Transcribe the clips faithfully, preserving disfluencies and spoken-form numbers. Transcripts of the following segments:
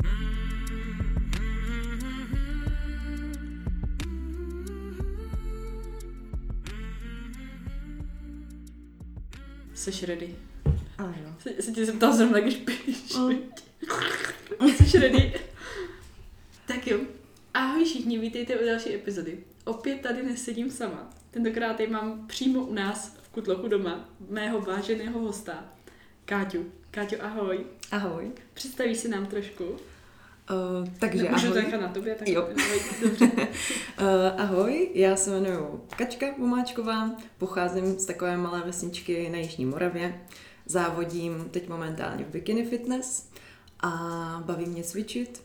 Jsi ready? Ano. Se, se tě zeptal zrovna, když píš. Mm. Jsi ready? Tak jo. Ahoj všichni, vítejte u další epizody. Opět tady nesedím sama. Tentokrát tady mám přímo u nás v Kutlochu doma mého váženého hosta, Káťu. Káťo, ahoj. Ahoj. Představíš si nám trošku? Uh, takže Můžu ahoj. to nechat na tobě? Tak jo. Dobře. uh, ahoj, já se jmenuji Kačka Vomáčková, pocházím z takové malé vesničky na Jižní Moravě, závodím teď momentálně v bikini fitness a baví mě cvičit.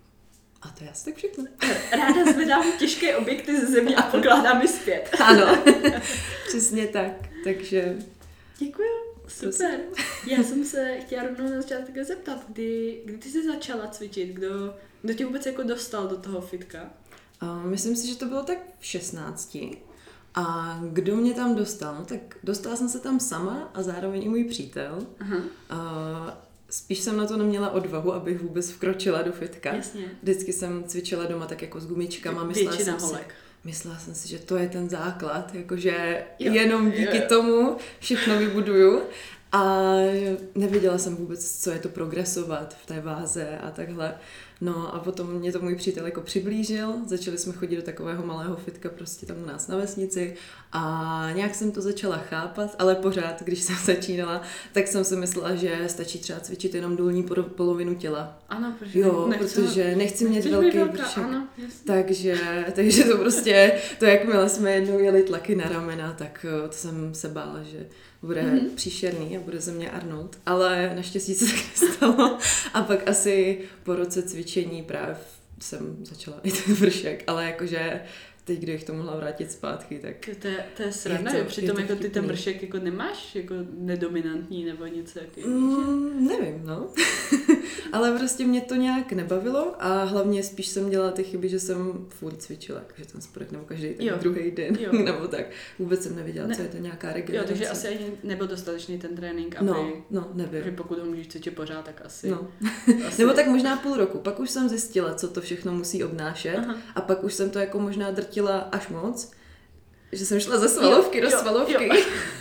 A to je asi tak všechno. Ráda zvedám těžké objekty ze země a pokládám je zpět. Ano, přesně tak, takže... Děkuju, super. Já jsem se chtěla rovnou na začátku zeptat, kdy, kdy ty jsi začala cvičit, kdo, kdo tě vůbec jako dostal do toho fitka? Uh, myslím si, že to bylo tak v šestnácti. A kdo mě tam dostal? No tak dostala jsem se tam sama a zároveň i můj přítel. Aha. Uh, Spíš jsem na to neměla odvahu, abych vůbec vkročila do fitka. Jasně. Vždycky jsem cvičila doma tak jako s gumičkama. Myslela Většina jsem, si, holek. myslela jsem si, že to je ten základ, jakože Jo. jenom díky Jo, jo. tomu všechno vybuduju. A nevěděla jsem vůbec, co je to progresovat v té váze a takhle. No a potom mě to můj přítel jako přiblížil, začali jsme chodit do takového malého fitka prostě tam u nás na vesnici a nějak jsem to začala chápat, ale pořád, když jsem začínala, tak jsem si myslela, že stačí třeba cvičit jenom dolní polovinu těla. Ano, protože jo, nechci, protože nechci mít nechci velký velká, bršek. ano, jasně. Takže, takže to prostě, to jakmile jsme jednou jeli tlaky na ramena, tak to jsem se bála, že bude mm-hmm. příšerný a bude ze mě Arnold, ale naštěstí se tak nestalo a pak asi po roce cvičení právě jsem začala i ten vršek, ale jakože teď, kdo jich to mohla vrátit zpátky, tak... To je, to je sranda, je jo, to, přitom je jako ty ten vtipný. vršek jako nemáš jako nedominantní nebo něco jaký. Mm, nevím, no. Ale prostě mě to nějak nebavilo a hlavně spíš jsem dělala ty chyby, že jsem furt cvičila, jakože ten spodek nebo každý ten Jo. druhý den, Jo. nebo tak. Vůbec jsem nevěděla, Ne. co je to nějaká Jo, regenerace. takže asi ani nebyl dostatečný ten trénink, aby, No, no, nebyl. že pokud ho můžeš cvičit pořád, tak asi... No. asi Nebo tak možná půl roku. Pak už jsem zjistila, co to všechno musí obnášet. Aha. A pak už jsem to jako možná drtila až moc, že jsem šla ze svalovky Jo, do jo, svalovky. jo.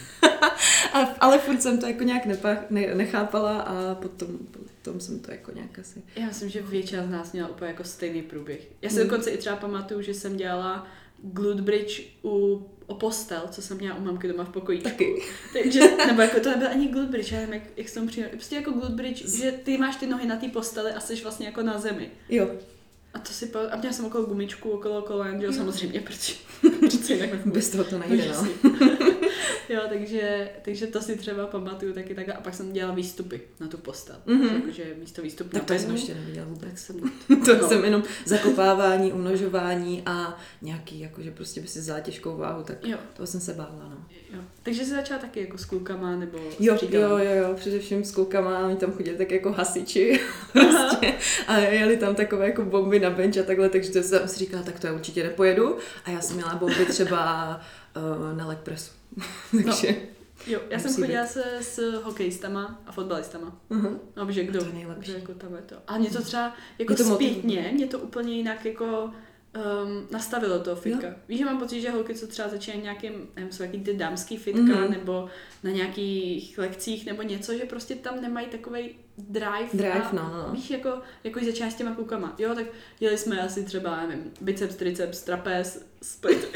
a, ale furt jsem to jako nějak nepa, ne, nechápala a potom, potom jsem to jako nějak asi... Já myslím, že většina z nás měla úplně jako stejný průběh. Já si Hmm. dokonce i třeba pamatuju, že jsem dělala glute bridge u, o postel, co jsem měla u mamky doma v pokojíčku. Taky. Takže, nebo jako to nebyl ani glute bridge, já nevím, jak, jak jsem přijel. Prostě jako glute bridge, že ty máš ty nohy na té posteli a jsi vlastně jako na zemi. Jo. A to si pa- a měla jsem okolo gumičku, okolo kolen, jo, samozřejmě, protože, protože jinak nefunguje. Bez toho to nejde, no. Jo, takže, takže to si třeba pamatuju taky takhle. A pak jsem dělala výstupy na tu postel. Mhm. Jakože místo výstup Tak na to jsem penu, ještě neviděla vůbec. tak jsem... To no. jsem jenom zakopávání, umnožování a nějaký, jakože prostě by si vzala těžkou váhu, tak Jo. toho jsem se bála, no. Jo. Takže jsi začala taky jako s klukama, nebo s Jo, přítelem? jo, jo, jo, především s klukama, oni tam chodili tak jako hasiči prostě a jeli tam takové jako bomby na bench a takhle, takže to jsem si říkala, tak to já určitě nepojedu a já jsem měla bomby třeba uh, na leg pressu, takže... Jo, já jsem Musí chodila se s hokejistama a fotbalistama. Uh-huh. No, že kdo, To je nejlepší. kdo jako tam je to. A mě to třeba jako Mě to zpětně, motivuje. mě to úplně jinak jako um, nastavilo toho fitka. Jo. Víš, že mám pocit, že holky, co třeba začínají nějakým, nevím, jsou jaký ty dámský fitka, Mhm. nebo na nějakých lekcích, nebo něco, že prostě tam nemají takovej drive. Drive, a, no, no. Víš, jako, jako když začínáš s těma klukama. Jo, tak dělali jsme asi třeba, nevím, biceps, triceps, trapez, split.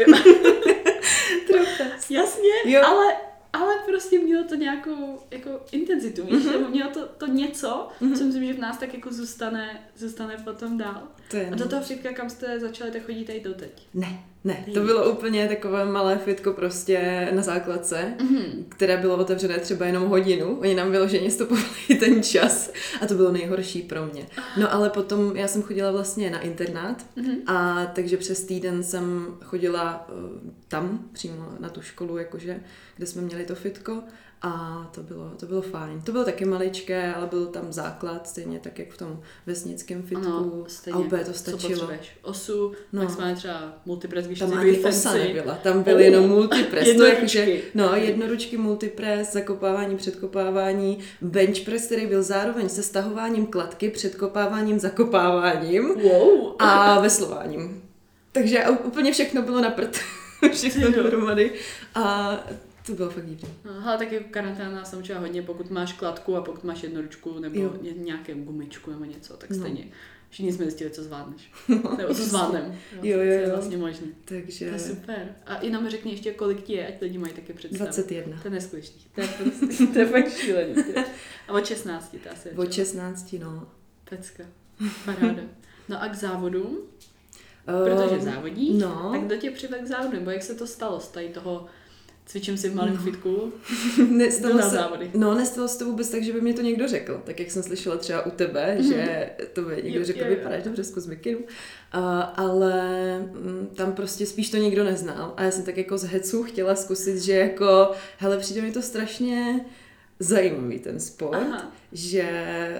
Trapez. Jasně, Jo. ale ale prostě mělo to nějakou jako intenzitu, víš, Mhm. nebo mělo to, to něco, Mhm. co myslím, že v nás tak jako zůstane, zůstane potom dál. To je A do toho fitka, kam jste začali, tak chodíte i doteď. Ne, ne, to bylo úplně takové malé fitko prostě na základce, Mhm. které bylo otevřené třeba jenom hodinu. Oni nám vyloženě stopovali ten čas a to bylo nejhorší pro mě. No ale potom já jsem chodila vlastně na internát Mhm. a takže přes týden jsem chodila uh, tam přímo na tu školu, jakože, kde jsme měli to fitko A to bylo, to bylo fajn. To bylo taky maličké, ale byl tam základ, stejně tak, jak v tom vesnickém fitku. Ano, stejně. A úplně to stačilo. Co potřebuješ? Osu, no. pak jsme třeba multipress, když tam chci ani být osa fancy. nebyla, tam byl oh, jenom multipress. Jednoručky. To je, no, jednoručky, multipress, zakopávání, předkopávání, bench press, který byl zároveň se stahováním kladky, předkopáváním, zakopáváním wow. a veslováním. Takže úplně všechno bylo na prd. Všechno dohromady. A to bylo fakt divné. No, ale taky karanténa nás naučila hodně, pokud máš kladku a pokud máš jednoručku nebo jo. nějaké gumičku nebo něco, tak stejně. No. Všichni jsme zjistili, co zvládneš. No, nebo co zvládnem. Jo, jo, jo. To je vlastně možné. Takže... To je super. A jenom mi řekni ještě, kolik ti je, ať lidi mají taky představu. dvacet jedna. To je neskutečný. To je, prostě, to je fakt šílený. A od šestnácti to asi. Od šestnácti, no. Pecka. Paráda. No a k závodům? Protože závodíš, no. tak kdo tě přivedl k závodu? Nebo jak se to stalo z tady toho cvičím si v malém no. fitku nestalo na se, závody? No, nestalo se to vůbec tak, že by mě to někdo řekl. Tak jak jsem slyšela třeba u tebe, mm. že to by někdo jo, řekl, jo, vypadáš dobře z mikinu. Uh, ale m, tam prostě spíš to nikdo neznal. A já jsem tak jako z hecu chtěla zkusit, že jako, hele, přijde mi to strašně zajímavý ten sport, Aha. že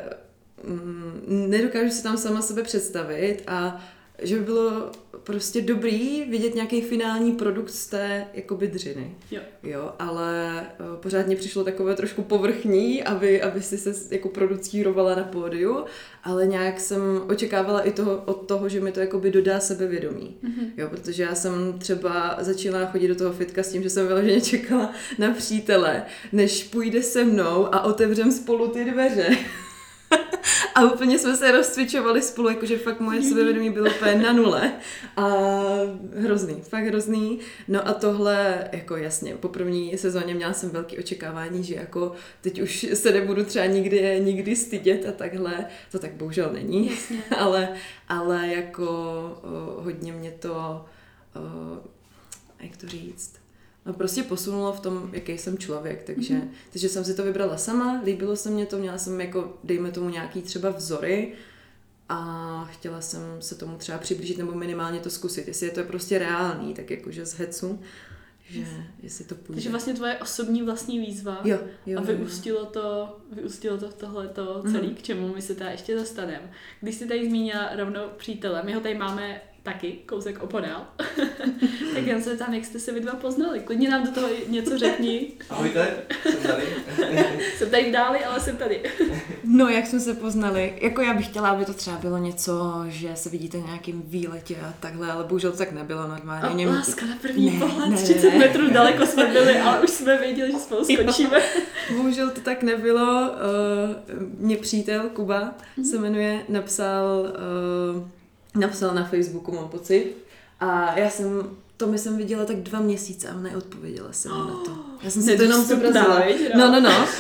m, nedokážu si tam sama sebe představit a že by bylo prostě dobrý vidět nějaký finální produkt z té jakoby dřiny. Jo. Jo, ale uh, pořád mě přišlo takové trošku povrchní, aby, aby si se jako producírovala na pódiu, ale nějak jsem očekávala i toho, od toho, že mi to jakoby dodá sebevědomí. Mm-hmm. Jo, protože já jsem třeba začala chodit do toho fitka s tím, že jsem vyloženě čekala na přítele, než půjde se mnou a otevřem spolu ty dveře. A úplně jsme se rozcvičovali spolu, jakože fakt moje sebevědomí bylo úplně na nule. A hrozný, fakt hrozný. No a tohle, jako jasně, po první sezóně měla jsem velké očekávání, že jako teď už se nebudu třeba nikdy, nikdy stydět a takhle. To tak bohužel není. Jasně. ale, ale jako o, hodně mě to, o, jak to říct, no prostě posunulo v tom, jaký jsem člověk, takže, mm-hmm. takže jsem si to vybrala sama, líbilo se mě to, měla jsem jako, dejme tomu nějaký třeba vzory a chtěla jsem se tomu třeba přiblížit nebo minimálně to zkusit, jestli je to prostě reálný, tak jakože z hecu, že jestli to půjde. Takže vlastně tvoje osobní vlastní výzva jo, jo, a vyústilo to, vyústilo to v tohleto celý, mm-hmm. k čemu my se tady ještě dostaneme. Když jsi tady zmínila rovnou přítele, my ho tady máme taky, kousek opodál. Tak jen se tam, jak jste se vy dva poznali. Klidně nám do toho něco řekni. Ahojte, jsem tady. Jsem tady dáli, ale jsem tady. No, jak jsme se poznali, jako já bych chtěla, aby to třeba bylo něco, že se vidíte na nějakým výletě a takhle, ale bohužel to tak nebylo normálně. A Něm... láska na první ne, pohled, ne, třicet ne. metrů daleko jsme byli, ale už jsme věděli, že spolu skončíme. Jo, bohužel to tak nebylo. Uh, mě přítel, Kuba mm-hmm. se jmenuje, napsal... Uh, Napsal na Facebooku, mám pocit. A já jsem, to my jsem viděla tak dva měsíce a neodpověděla jsem oh, na to. Já jsem si to jenom zobrazila. No, no, no.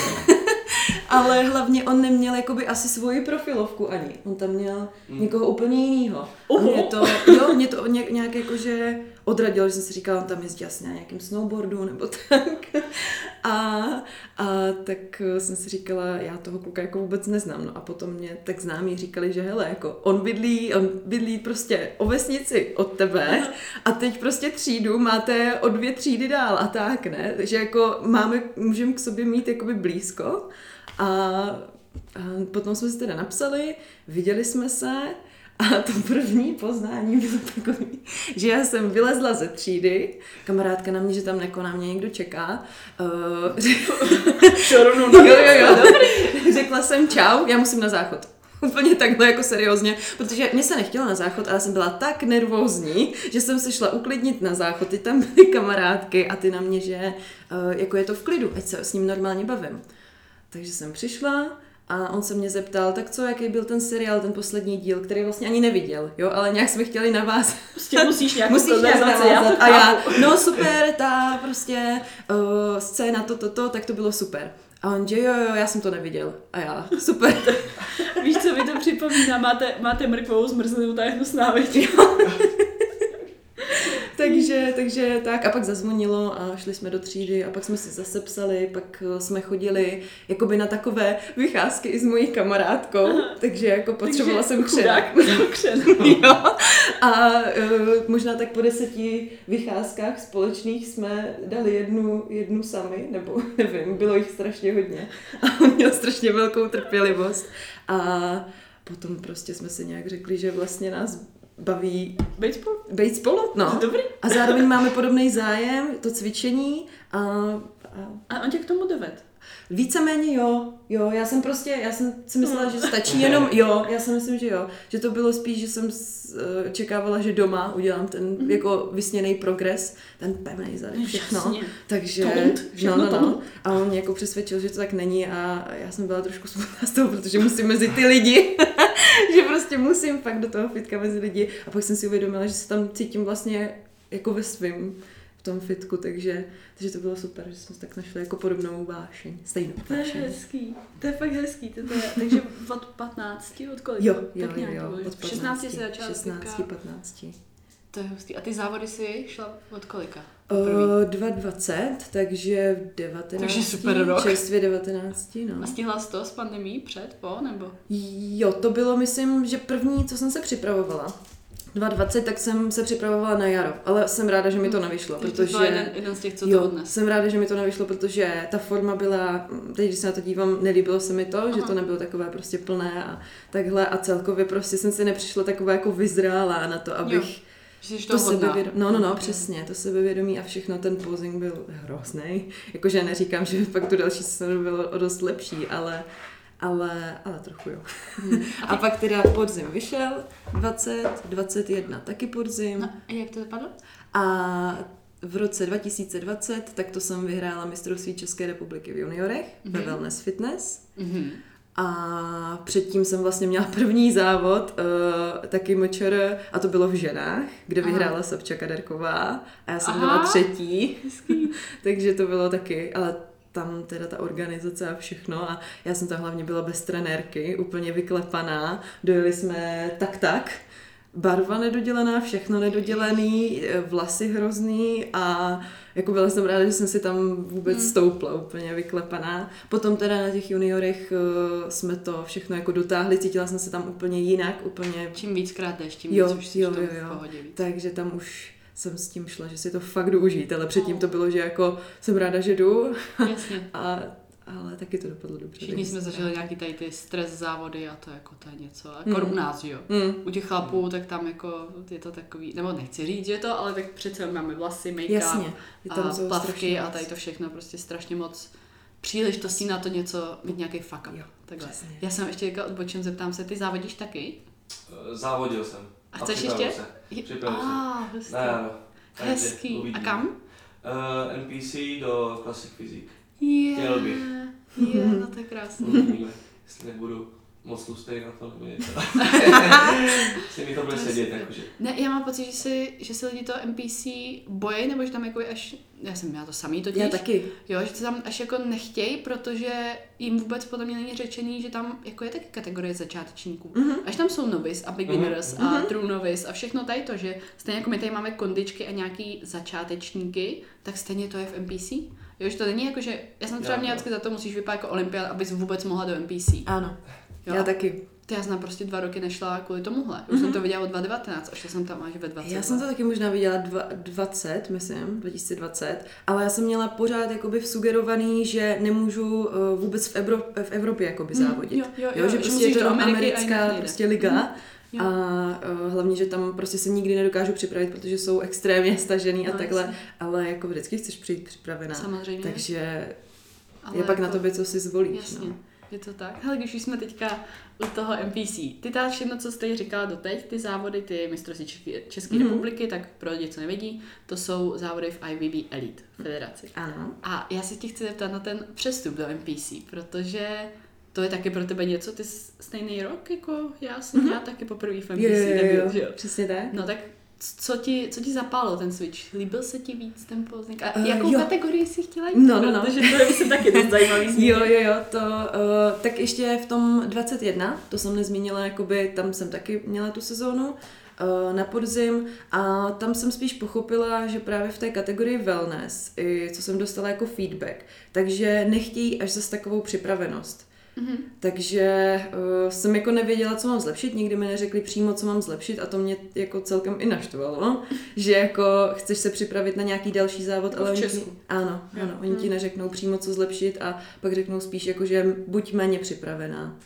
Ale hlavně on neměl jakoby asi svoji profilovku ani. On tam měl mm. někoho úplně jinýho. A mě to, jo, mě to ně, nějak jakože odradilo, že jsem si říkala, on tam jezdí asi na nějakém snowboardu nebo tak. A, a tak jsem si říkala, já toho kluka jako vůbec neznám. No a potom mě tak známí říkali, že hele, jako on bydlí, on bydlí prostě o vesnici od tebe a teď prostě třídu máte o dvě třídy dál a tak, ne? Takže jako máme, můžeme k sobě mít jakoby blízko. A, a potom jsme si teda napsali, viděli jsme se a to první poznání bylo takový, že já jsem vylezla ze třídy, kamarádka na mě, že tam jako na mě někdo čeká. Uh, řek... jo, jo, jo, dobrý. Řekla jsem čau, já musím na záchod. Úplně takhle jako seriózně, protože mě se nechtěla na záchod, ale jsem byla tak nervózní, že jsem se šla uklidnit na záchod, ty tam byly kamarádky a ty na mě, že uh, jako je to v klidu, ať se s ním normálně bavím. Takže jsem přišla a on se mě zeptal, tak co, jaký byl ten seriál, ten poslední díl, který vlastně ani neviděl, jo, ale nějak jsme chtěli navázat. Prostě musíš nějak musíš nějak navázat, já to a já, no super, ta prostě uh, scéna, to, to, to, tak to bylo super. A on, že jo, jo, já jsem to neviděl. A já, super. Víš, co mi to připomíná, máte, máte mrtvou zmrzlinu tajemnou s návětí. takže, takže, takže tak a pak zazvonilo a šli jsme do třídy a pak jsme si zase psali, pak jsme chodili jakoby na takové vycházky i s mojí kamarádkou, takže jako potřebovala takže jsem křenak. Jo. A uh, možná tak po deseti vycházkách společných jsme dali jednu, jednu sami, nebo nevím, bylo jich strašně hodně a on měl strašně velkou trpělivost a potom prostě jsme si nějak řekli, že vlastně nás baví Bejt spolu? Bejt spolu, no. Dobrý. A zároveň máme podobný zájem, to cvičení a... A, a on tě k tomu doved? Víceméně jo, jo, já jsem prostě, já jsem si myslela, že stačí jenom, jo, já si myslím, že jo, že to bylo spíš, že jsem očekávala, že doma udělám ten mm. jako vysněný progres, ten pevný zad, všechno, Jasně. takže, Tont, no, no, no, a on mě jako přesvědčil, že to tak není a já jsem byla trošku smutná z toho, protože musím mezi ty lidi, že prostě musím fakt do toho fitka mezi lidi a pak jsem si uvědomila, že se tam cítím vlastně jako ve svým v tom fitku, takže, takže to bylo super, že jsme tak našli jako podobnou vášeň, stejnou To je vášeň. hezký, to je fakt hezký, to je, takže od patnácti, od kolika? Jo, jo, tak jo, nějak, jo, od od patnácti, šestnácti se začala šestnácti, patnácti. To je hustý. A ty závody si šla od kolika? Uh, dva dvacet, takže v devatenácti, Takže super rok. čerstvě devatenácti, no. A stihla jsi to s pandemií před, po, nebo? Jo, to bylo, myslím, že první, co jsem se připravovala. dva dvacet, tak jsem se připravovala na jaro, ale jsem ráda, že mi to nevyšlo, Takže protože... to byl jeden, jeden z těch, co jo, to odnes. jsem ráda, že mi to nevyšlo, protože ta forma byla, teď když se na to dívám, nelíbilo se mi to, Aha. že to nebylo takové prostě plné a takhle a celkově prostě jsem si nepřišla taková jako vyzrálá na to, abych... Jo. Jsi To sebevědomí, no, no, no, přesně, to sebevědomí a všechno, ten posing byl hrozný. Jakože neříkám, že pak tu další sezónu bylo o dost lepší, ale, ale, ale trochu jo. Hmm. A, a pak teda podzim vyšel, dvacet, dvacet jedna taky podzim. No, a jak to dopadlo? A v roce dva tisíce dvacet, tak to jsem vyhrála mistrovství České republiky v juniorech mm-hmm. ve Wellness Fitness. Mm-hmm. A předtím jsem vlastně měla první závod, uh, taky močer, a to bylo v ženách, kde Aha. vyhrála Sabča Kaderková a já jsem Aha. byla třetí, takže to bylo taky, ale tam teda ta organizace a všechno a já jsem tam hlavně byla bez trenérky, úplně vyklepaná, dojeli jsme tak tak, barva nedodělaná, všechno nedodělaný, vlasy hrozný a jako byla jsem ráda, že jsem si tam vůbec hmm. stoupla, úplně vyklepaná. Potom teda na těch juniorech uh, jsme to všechno jako dotáhli, cítila jsem se tam úplně jinak, úplně... Čím víckrát jdeš, tím jo, víc už jsi jo, v tom jo, v pohodě víc. Takže tam už jsem s tím šla, že si to fakt jdu užít, ale předtím to bylo, že jako jsem ráda, že jdu. Jasně. a ale taky to dopadlo dobře. Všichni jsme zažili nějaký tady ty stres závody a to jako to je něco. Jako mm. u nás, jo. Mm. U těch chlapů, tak tam jako je to takový, nebo nechci říct, že to, ale tak přece máme vlasy, make-up a plavky a tady to všechno prostě strašně moc příležitostí na to něco, mít nějaký fuck up. Jo, takhle. Já jsem ještě jako odbočím, zeptám se, ty závodíš taky? Závodil jsem. A chceš ještě? Se. Připravil ah, se. Ne, no. Hezký. A kam? Uh, N P C do Classic Physique. Yeah. Chtěl bych. Yeah, no to je krásné. Jestli nebudu moc tlustý na to, nebo něco. Jestli mi to bude sedět, jakože. Ne, já mám pocit, že si, že si lidi to N P C bojí, nebo že tam jako až, já jsem měla to samý totiž. Já taky. Jo, že to tam až jako nechtějí, protože jim vůbec podle mě není řečený, že tam jako je taky kategorie začátečníků. Mm-hmm. Až tam jsou novice a beginners mm-hmm. a true novice a všechno tady to, že stejně jako my tady máme kondičky a nějaký začátečníky, tak stejně to je v N P C. Jo, že to není jako, že já jsem třeba měla vždycky za to, musíš vypadat jako olympiád, abys vůbec mohla do N P C. Ano, jo? Já taky. Ty já jsem prostě dva roky nešla kvůli tomuhle. Už mm-hmm. jsem to viděla od dva tisíce devatenáct a šla jsem tam až ve dvacet. Já jsem to taky možná viděla dva, dvacet, myslím, dva tisíce dvacet, ale já jsem měla pořád jakoby vsugerovaný, že nemůžu uh, vůbec v, Evro, v Evropě jakoby závodit. Mm, jo, jo, jo, jo, že prostě je to americká prostě liga. Mm. A uh, hlavně, že tam prostě se nikdy nedokážu připravit, protože jsou extrémně stažený a no, takhle, jasně. Ale jako vždycky chceš přijít připravená. Samozřejmě. Takže ale je pak jako na tobě, co si zvolíš. Jasně. No. Je to tak. Ale když už jsme teďka u toho N P C, ty ta všechno, co jste říkala doteď, ty závody, ty mistrovství České, České mm. republiky, tak pro lidi, co nevidí, to jsou závody v I V B Elite federaci. Ano. A já se ti chci zeptat na ten přestup do N P C, protože to je taky pro tebe něco, ty stejný rok, jako já jsem mm. měla taky poprvé v N P C debut, jo? Přesně tak. No tak co ti, co ti zapálilo ten switch? Líbil se ti víc ten posing? A uh, jakou jo. kategorii jsi chtěla jít? No, no, no. Protože to je myslím taky dost zajímavý zmínit. Jo, jo, jo, to, uh, tak ještě v tom dvacet jedna, to jsem nezmínila, jakoby tam jsem taky měla tu sezónu uh, na podzim a tam jsem spíš pochopila, že právě v té kategorii wellness, i co jsem dostala jako feedback, takže nechtějí až zase takovou připravenost. Mm-hmm. Takže uh, jsem jako nevěděla, co mám zlepšit, nikdy mi neřekli přímo, co mám zlepšit a to mě jako celkem i naštvalo, že jako chceš se připravit na nějaký další závod, jako ale v oni Česku. ti, ano, ano, mm. oni ti neřeknou přímo, co zlepšit a pak řeknou spíš jako, že buď méně připravená.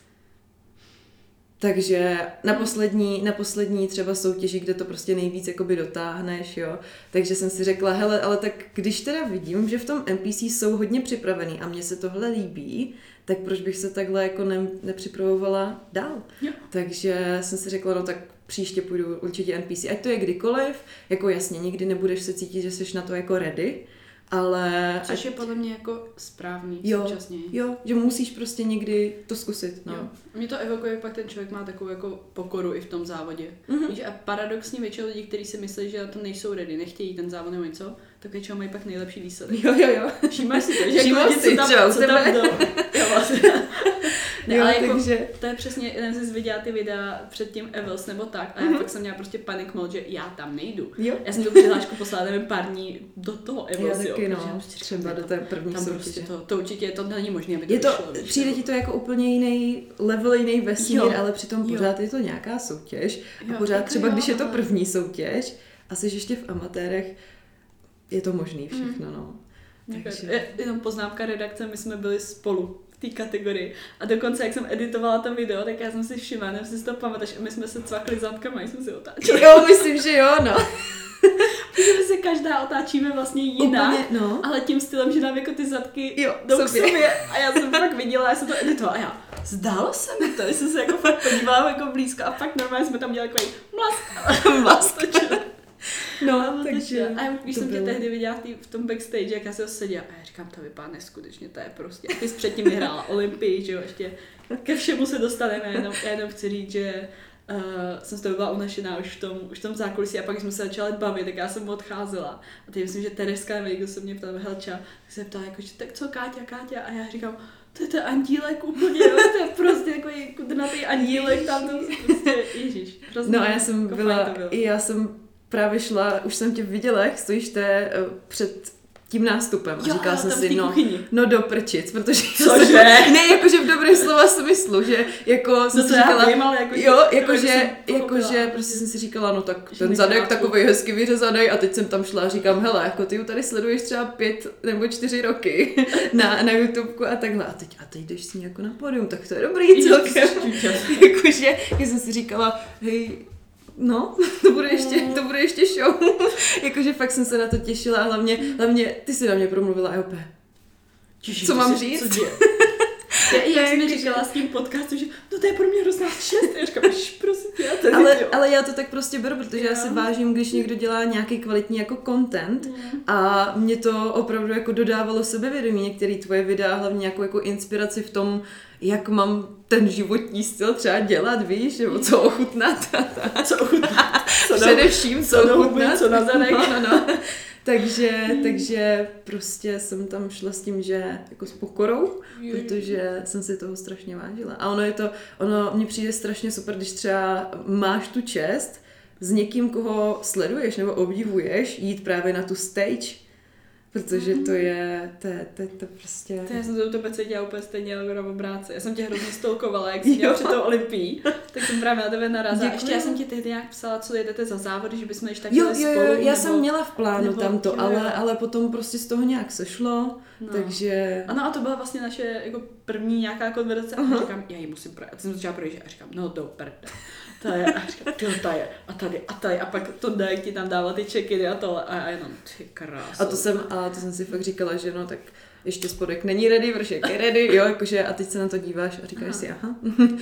Takže na poslední, na poslední třeba soutěži, kde to prostě nejvíc jakoby dotáhneš, jo. Takže jsem si řekla, hele, ale tak když teda vidím, že v tom N P C jsou hodně připravený a mně se tohle líbí, tak proč bych se takhle jako ne, nepřipravovala dál. Jo. Takže jsem si řekla, no tak příště půjdu určitě N P C, ať to je kdykoliv, jako jasně, nikdy nebudeš se cítit, že jsi na to jako ready, ale... Což je podle mě jako správný jo, současně. Jo, že musíš prostě někdy to zkusit, no. Jo. Mě to evokuje, pak ten člověk má takovou jako pokoru i v tom závodě. Mm-hmm. Víš, a paradoxně většinou lidí, kteří si myslí, že na to nejsou ready, nechtějí ten závod nebo něco, tak většinou mají pak nejlepší výsledek. Jo, jo, jo. Všímáš si to, že Všímám jako lidi, si, co tam, třeba co tam jdou. Jo, vlastně. Ne, jo, ale jako, takže... to je přesně, jeden jsi viděla ty videa před tím Evels nebo tak a já mm-hmm. fakt jsem měla prostě panic mode, že já tam nejdu. Jo. Já jsem tu přihlášku poslala nevím pár dní do toho Evels, já taky, jo, no, prostě třeba do té první tam soutěže. prostě to, to určitě, to není možné, aby to je to, vyšlo, víš, přijde nebo... ti to jako úplně jiný level, jiný vesmír, Jo. ale přitom Jo. pořád je to nějaká soutěž a Jo, pořád jako třeba, jo, když je to ale- první soutěž a jsi ještě v amatérech, je to možný všechno, Mm. no. Takže... Takže... Je, jenom poznámka redakce, my jsme byli spolu v té kategorii a dokonce, jak jsem editovala to video, tak já jsem si všimla, nevím, jestli si to pamatuješ, a my jsme se cvakli zadkama, jsme si otáčeli. Jo, myslím, že jo, no. Protože my se každá otáčíme vlastně jinak, Úplně, no. ale tím stylem, že nám jako ty zadky Jo, jdou k sobě. sobě. A já jsem pak viděla, já jsem to editovala a já, zdálo se mi to, já jsem se jako fakt podívala jako blízko a pak normálně jsme tam dělali takový mlask. Mlask. No, No, takže a já, když to jsem tě bylo. tehdy viděla v, tý, v tom backstage, jak já se seděla a já říkám, to vypadá neskutečně, to je prostě. A ty jsi předtím vyhrála Olympii, že jo, ještě ke všemu se dostaneme, jenom, já jenom chci říct, že uh, jsem z toho byla unešená už v tom, už v tom zákulisí a pak, když jsme se začali bavit, tak já jsem odcházela. A teď myslím, že Tereska, nevím, kdo se mě ptal, Helča, tak se ptala, jako, že tak co, Káťa, Káťa, a já říkám, to je ten andílek úplně, jo, to je prostě takový kudrnatý andílek, tam to prostě, ježiš. No a já jsem byla, i já jsem právě šla, už jsem tě viděla, jak stojíš té uh, před tím nástupem a Jo, říkala jsem tam v si, té no, kuchyni. no do prčic, protože Cože? ne, jakože v dobrém slova smyslu, že jako jsem No si to já říkala, vím, ale jako, jo, to jakože, jsem pochopila. jakože prostě jsem si říkala, no tak Že ten mi zadek krátku. takový hezky vyřezaný a teď jsem tam šla a říkám, hele, jako ty ju tady sleduješ třeba pět nebo čtyři roky na, na YouTubeku a takhle a teď, a teď jdeš s ní jako na pódium, tak to je dobrý celkem. Jakože, já jsem si říkala, hej, no, to bude ještě, to bude ještě show. Jakože fakt jsem se na to těšila a hlavně, hlavně ty si na mě promluvila a opět. Ježiš, Co to mám si- říct? co děje? Já, jak Ne, jsi mi jakože- říkala s tím podcastu, že no to je pro mě hrozná čest. Já říkám, ježiš, prosím tě, já tady, Ale, jo. ale já to tak prostě beru, protože já Jo. si vážím, když někdo dělá nějaký kvalitní jako content Mm. a mě to opravdu jako dodávalo sebevědomí. Některé tvoje videa, hlavně nějakou jako inspiraci v tom, jak mám ten životní styl třeba dělat, víš, nebo co ochutnat. Co ochutnat? Co na- Především co co na huby, ochutnat. co na zadek. No, no, no. Takže, takže prostě jsem tam šla s tím, že jako s pokorou, protože jsem si toho strašně vážila. A ono je to, ono mně přijde strašně super, když třeba máš tu čest s někým, koho sleduješ nebo obdivuješ, jít právě na tu stage, protože to je, to je, to je, to je prostě... To já jsem to u tebe cítila úplně stejně jako na obráce. Já jsem tě hrozně stolkovala, jak jsi měla Jo. před tou Olympií, tak jsem právě na tebe narazila. Děkuju. Ještě já jsem ti tehdy nějak psala, co jedete za závody, že bychom ještě tak Jo, jeli jo, spolu. jo, já nebo... jsem měla v plánu nebo- tamto, jo, jo. ale, ale potom prostě z toho nějak sešlo, No. takže... Ano, a to byla vlastně naše jako první nějaká konverzace a Aha. říkám, já ji musím projet. A jsem začala projíždět a říkám, no do perde. To je, a říkám, tyjo, ta je, a tady, a tady, a pak to daj ti tam dává ty check-iny a tohle, a já jenom, ty krásu. A to jsem, a to jsem si fakt říkala, že no tak ještě spodek není ready, vršek je ready, jo, jakože a teď se na to díváš a říkáš Aha. si, aha.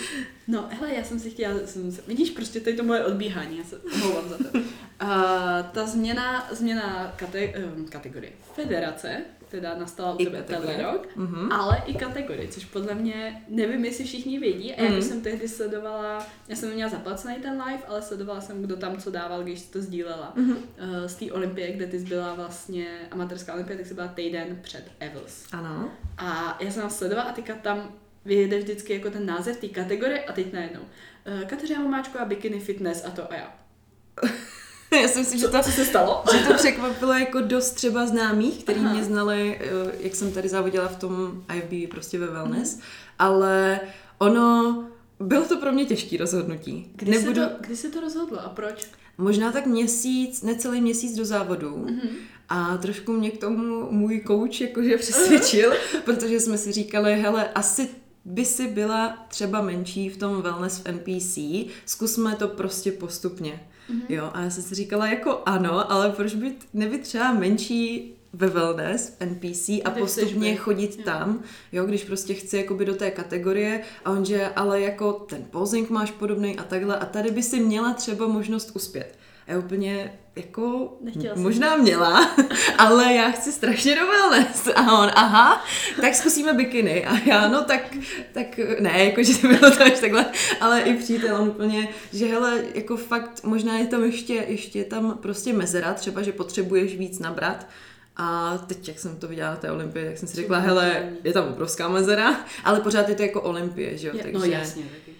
No, hele, já jsem si chtěla, jsem se, vidíš, prostě to je to moje odbíhání, já se omlouvám za to. A ta změna, změna kate, um, kategorie, federace, teda nastala u I tebe kategorie. tenhle rok, Mhm. ale i kategorie, což podle mě, nevím, jestli všichni vědí, a já Mhm. když jsem tehdy sledovala, já jsem měla zaplacený ten live, ale sledovala jsem, kdo tam co dával, když jsi to sdílela. Mhm. Uh, z té olympie, kde ty jsi byla vlastně amatérská olympie, tak jsi byla týden před Evels. Ano. A já jsem tam sledovala a teďka tam vyjede vždycky jako ten název té kategorie a teď najednou. Uh, Kateřina Mamáčková bikini fitness a to a já. Já si myslím, že to, co se stalo? že to překvapilo jako dost třeba známých, který Aha. mě znali, jak jsem tady závodila v tom I F B B prostě ve wellness, mm. ale ono, bylo to pro mě těžké rozhodnutí. Kdy, Nebudu... se to, kdy se to rozhodlo a proč? Možná tak měsíc, necelý měsíc do závodu. Mm-hmm. A trošku mě k tomu můj kouč jakože přesvědčil, protože jsme si říkali, hele, asi by si byla třeba menší v tom wellness v N P C, zkusme to prostě postupně. Mm-hmm. Jo, a já jsem si říkala jako ano, ale proč být, nebyt třeba menší ve wellness, v N P C a postupně chodit tam, jo, když prostě chci jakoby do té kategorie a on že, ale jako ten posing máš podobný a takhle a tady by si měla třeba možnost uspět. A já úplně jako možná měla, ale já chci strašně do wellness. A on, aha, tak zkusíme bikiny. A já, no tak, tak ne, jako že to bylo to až takhle, ale i přítel, on úplně, že hele, jako fakt, možná je tam ještě, ještě tam prostě mezera, třeba, že potřebuješ víc nabrat. A teď, jak jsem to viděla na té olympii, tak jsem si řekla, hele, je tam obrovská mezera, ale pořád je to jako olympie, že jo? Je, takže, no jasně,